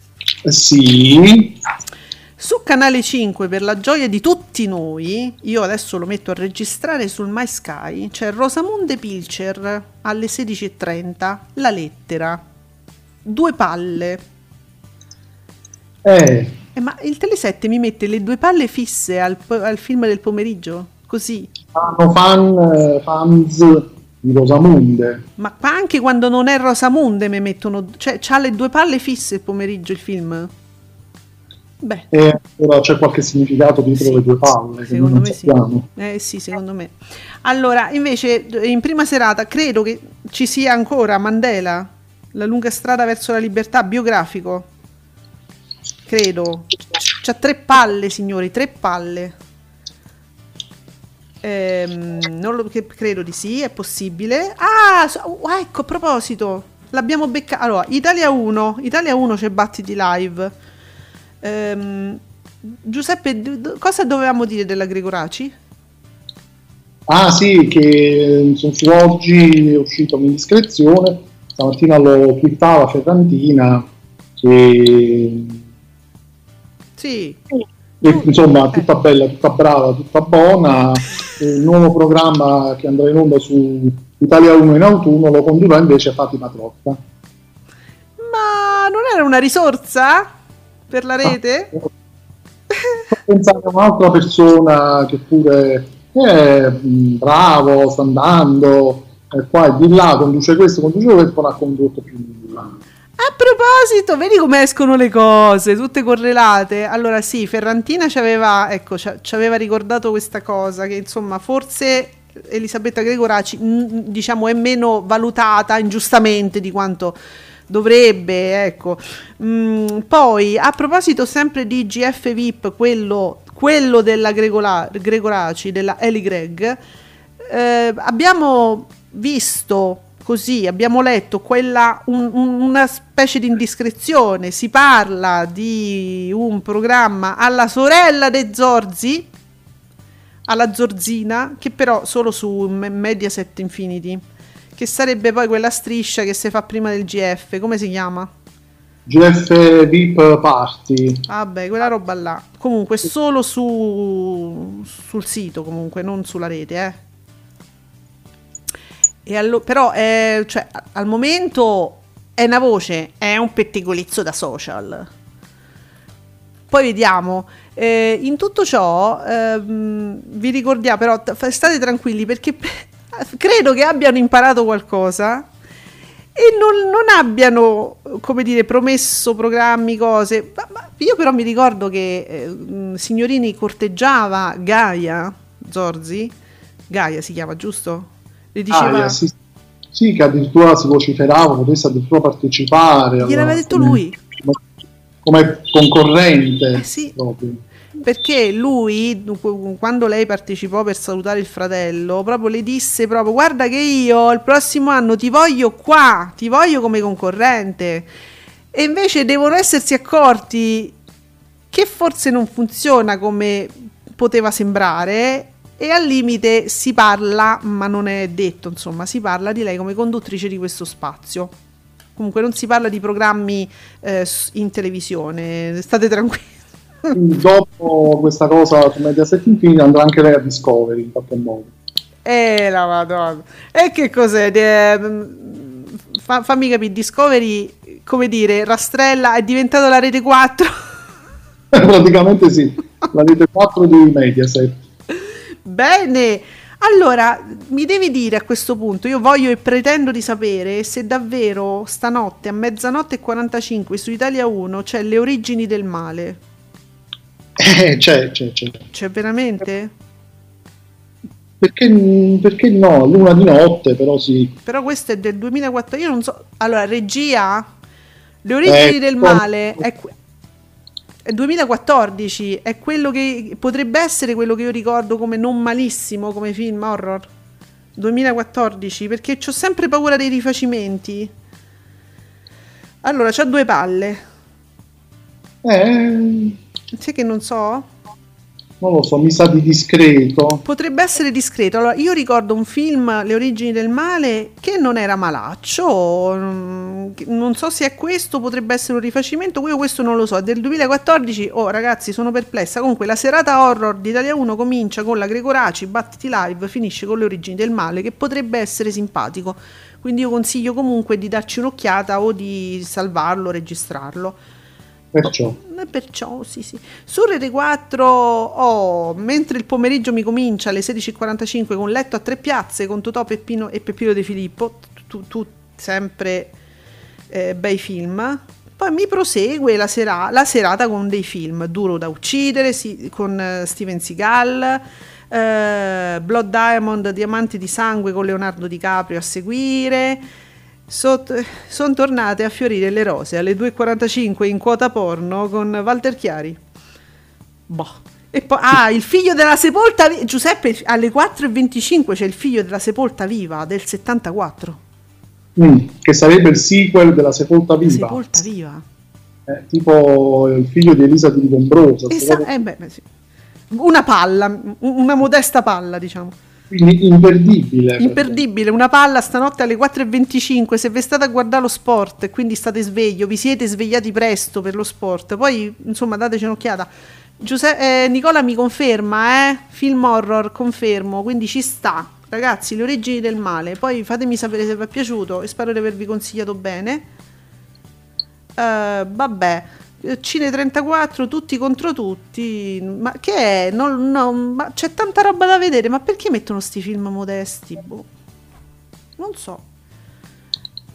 Sì. Su Canale cinque, per la gioia di tutti noi, io adesso lo metto a registrare sul MySky, c'è Rosamunde Pilcher alle sedici e trenta, La lettera. Due palle. Eh. Eh, ma il Telesette mi mette le due palle fisse al, al film del pomeriggio, così. Fanno fan, fans di Rosamunde. Ma anche quando non è Rosamunde mi mettono, cioè c'ha le due palle fisse il pomeriggio il film. Beh. E ora c'è qualche significato dietro sì, le due palle. Secondo me sì. Eh sì, secondo me. Allora, invece, in prima serata credo che ci sia ancora Mandela, La lunga strada verso la libertà, biografico. Credo. C'ha tre palle, signori, tre palle. Ehm, non lo, che, credo di sì, è possibile. Ah, so, oh, ecco, a proposito, l'abbiamo beccato. Allora, Italia uno, Italia uno c'è Battiti Live. Ehm, Giuseppe, d- cosa dovevamo dire della Gregoraci? Ah sì, che su oggi è uscita un'indiscrezione, stamattina lo twittava Ferrantina, che... Sì. E, insomma, tutta bella, tutta brava, tutta buona. Il nuovo programma che andrà in onda su Italia uno in autunno lo condurrà invece Fatima Trotta. Ma non era una risorsa per la rete? Ah, pensare a un'altra persona che pure è bravo, sta andando, è qua e di là, conduce questo, conduce questo, non ha condotto più nulla. A proposito, vedi come escono le cose, tutte correlate. Allora sì, Ferrantina ci aveva, ecco, ci ci aveva ricordato questa cosa, che insomma forse Elisabetta Gregoraci mh, diciamo è meno valutata ingiustamente di quanto dovrebbe, ecco. Mm, poi a proposito sempre di G F V I P, quello, quello della Gregola, Gregoraci, della Eli Greg, eh, abbiamo visto così, abbiamo letto quella, un, un, una specie di indiscrezione, si parla di un programma alla sorella de Zorzi, alla Zorzina, che però solo su Mediaset Infinity, che sarebbe poi quella striscia che si fa prima del G F, come si chiama? G F V I P Party. Vabbè, quella roba là. Comunque solo su sul sito, comunque, non sulla rete, eh. E allo, però è, cioè, al momento è una voce, è un pettegolezzo da social. Poi vediamo. Eh, in tutto ciò ehm, vi ricordiamo, però t- state tranquilli, perché credo che abbiano imparato qualcosa e non, non abbiano, come dire, promesso programmi, cose. Ma, ma io però mi ricordo che eh, Signorini corteggiava Gaia Zorzi, Gaia si chiama, giusto? Le diceva, ah, sì, sì, che addirittura si vociferava, potesse addirittura partecipare. Gliel'aveva detto come, lui come concorrente, eh sì, proprio. Perché lui, quando lei partecipò per salutare il fratello, proprio le disse proprio: guarda che io il prossimo anno ti voglio qua, ti voglio come concorrente. E invece devono essersi accorti che forse non funziona come poteva sembrare, e al limite si parla, ma non è detto, insomma, si parla di lei come conduttrice di questo spazio. Comunque non si parla di programmi eh, in televisione, state tranquilli. Dopo questa cosa su Mediaset Infinity andrà anche lei a Discovery, in qualche modo. Eh, la madonna. E che cos'è? De, fa, fammi capire, Discovery, come dire, rastrella, è diventato la Rete quattro? Praticamente sì, la Rete quattro di Mediaset. Bene, allora mi devi dire a questo punto, io voglio e pretendo di sapere se davvero stanotte a mezzanotte e quarantacinque su Italia uno c'è Le origini del male. Eh, c'è, c'è, c'è. C'è veramente? Perché, perché no? L'una di notte, però sì. Però questo è del duemilaquattro, io non so. Allora, regia, Le origini eh, del male è, è duemilaquattordici, è quello che potrebbe essere quello che io ricordo come non malissimo come film horror. duemilaquattordici, perché c'ho sempre paura dei rifacimenti. Allora, c'ha due palle. Eh... Sai che non so? Non lo so, mi sa di discreto. Potrebbe essere discreto. Allora, io ricordo un film, Le origini del male, che non era malaccio. Non so se è questo, potrebbe essere un rifacimento. Io questo non lo so. È del duemilaquattordici. Oh, ragazzi, sono perplessa. Comunque, la serata horror di Italia uno comincia con la Gregoraci, Battiti Live, finisce con Le origini del male, che potrebbe essere simpatico. Quindi io consiglio comunque di darci un'occhiata o di salvarlo, registrarlo. Perciò. Perciò sì sì. Su Rete quattro, oh, mentre il pomeriggio mi comincia alle sedici e quarantacinque con Letto a tre piazze con Totò, Peppino e Peppino De Filippo, tu, tu sempre eh, bei film. Poi mi prosegue la, sera, la serata con dei film: Duro da uccidere sì, con uh, Steven Seagal, uh, Blood Diamond, Diamanti di sangue con Leonardo DiCaprio a seguire. Sono tornate a fiorire le rose alle due e quarantacinque in quota porno con Walter Chiari. Boh. E poi, ah, il figlio della sepolta vi- Giuseppe, alle quattro e venticinque c'è il figlio della sepolta viva del settantaquattro. Mm, che sarebbe il sequel della Sepolta Viva. Sepolta Viva. Eh, tipo il figlio di Elisa di Rigombrosa. Esa- eh beh, beh, sì. Una palla, una modesta palla, diciamo. Quindi imperdibile. Imperdibile, una palla stanotte alle quattro e venticinque. Se vi state a guardare lo sport e quindi state sveglio, vi siete svegliati presto per lo sport, poi insomma dateci un'occhiata. Giuseppe, eh, Nicola mi conferma, eh? Film horror, confermo, quindi ci sta. Ragazzi, Le origini del male. Poi fatemi sapere se vi è piaciuto e spero di avervi consigliato bene. Uh, vabbè, Cine trentaquattro, tutti contro tutti. Ma che è? Non, non, ma c'è tanta roba da vedere. Ma perché mettono sti film modesti? Boh. Non so.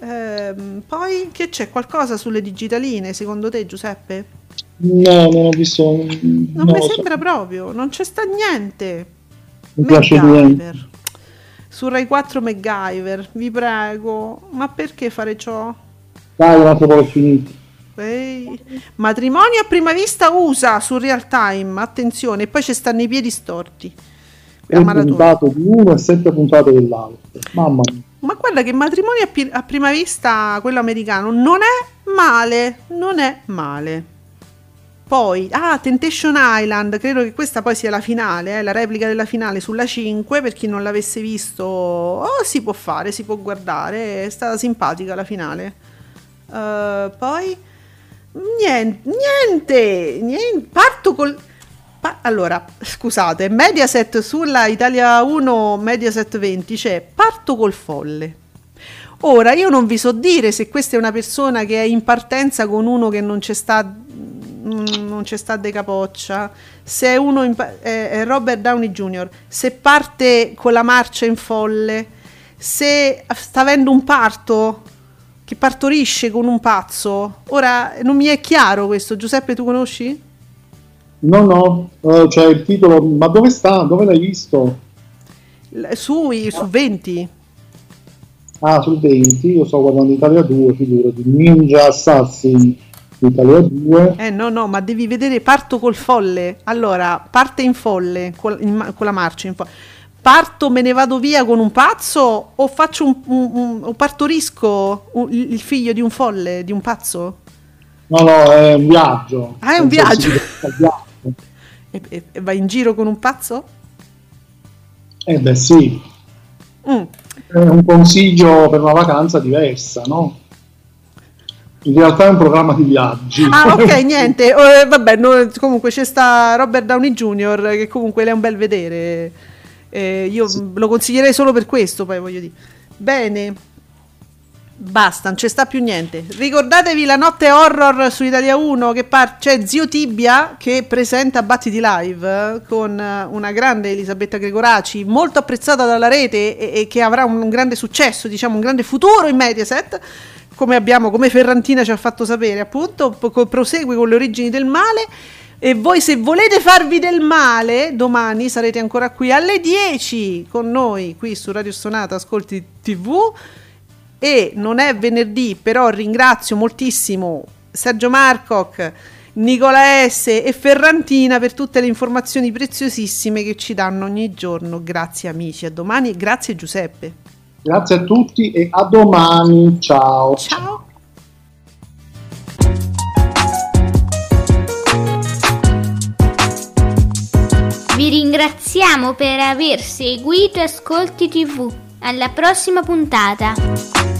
Ehm, poi che c'è qualcosa sulle digitaline secondo te, Giuseppe? No, non ho visto. Non non mi lo sembra so. proprio, non c'è sta niente. Mi piace MacGyver. Su Rai quattro MacGyver, vi prego. Ma perché fare ciò? Dai, un altro po' è finito. Ehi. Matrimonio a prima vista U S A su Real Time, attenzione, e poi ci stanno i piedi storti. La Tre maratona. puntate di uno e sette puntate dell'altro. Mamma mia. Ma guarda che Matrimonio a, pi- a prima vista, quello americano, non è male, non è male. Poi, ah, Temptation Island, credo che questa poi sia la finale, eh, la replica della finale sulla cinque, per chi non l'avesse visto, oh, si può fare, si può guardare, è stata simpatica la finale. Uh, poi, niente, niente, niente, parto col... Pa- allora, scusate, Mediaset sulla Italia uno, Mediaset venti c'è Parto col folle. Ora, io non vi so dire se questa è una persona che è in partenza con uno che non c'è sta, non c'è sta de capoccia, se è uno in pa- è, è Robert Downey junior, se parte con la marcia in folle, se sta avendo un parto, che partorisce con un pazzo. Ora, non mi è chiaro questo. Giuseppe, tu conosci? No, no, uh, cioè il titolo, ma dove sta? Dove l'hai visto? Su, su venti. Ah, sul venti, io sto guardando Italia due, figurati, Ninja Assassin Italia due. Eh no, no, ma devi vedere Parto col folle. Allora, parte in folle, con, in, con la marcia in folle. Parto, me ne vado via con un pazzo o faccio un, un, un o partorisco un, il figlio di un folle, di un pazzo? No, no, è un viaggio. Ah, è un Penso viaggio. sia un viaggio. E, e, e vai in giro con un pazzo? Eh beh sì, Mm. è un consiglio per una vacanza diversa, no? In realtà è un programma di viaggi. Ah, ok, niente. Eh, vabbè, no, comunque c'è sta Robert Downey junior che comunque è un bel vedere. Eh, io Sì. lo consiglierei solo per questo, poi voglio dire. Bene. Basta, non c'è sta più niente. Ricordatevi la notte horror su Italia uno che par- c'è Zio Tibia che presenta Battiti Live eh, con eh, una grande Elisabetta Gregoraci, molto apprezzata dalla rete e, e che avrà un, un grande successo, diciamo un grande futuro in Mediaset, come abbiamo, come Ferrantina ci ha fatto sapere, appunto, po- prosegue con le origini del male. E voi, se volete farvi del male, domani sarete ancora qui alle dieci con noi qui su Radio Stonata Ascolti tivù. E non è venerdì, però ringrazio moltissimo Sergio Marcoc, Nicola S e Ferrantina per tutte le informazioni preziosissime che ci danno ogni giorno. Grazie amici, a domani e grazie Giuseppe. Grazie a tutti e a domani, ciao. Ciao. Vi ringraziamo per aver seguito Ascolti tivù. Alla prossima puntata.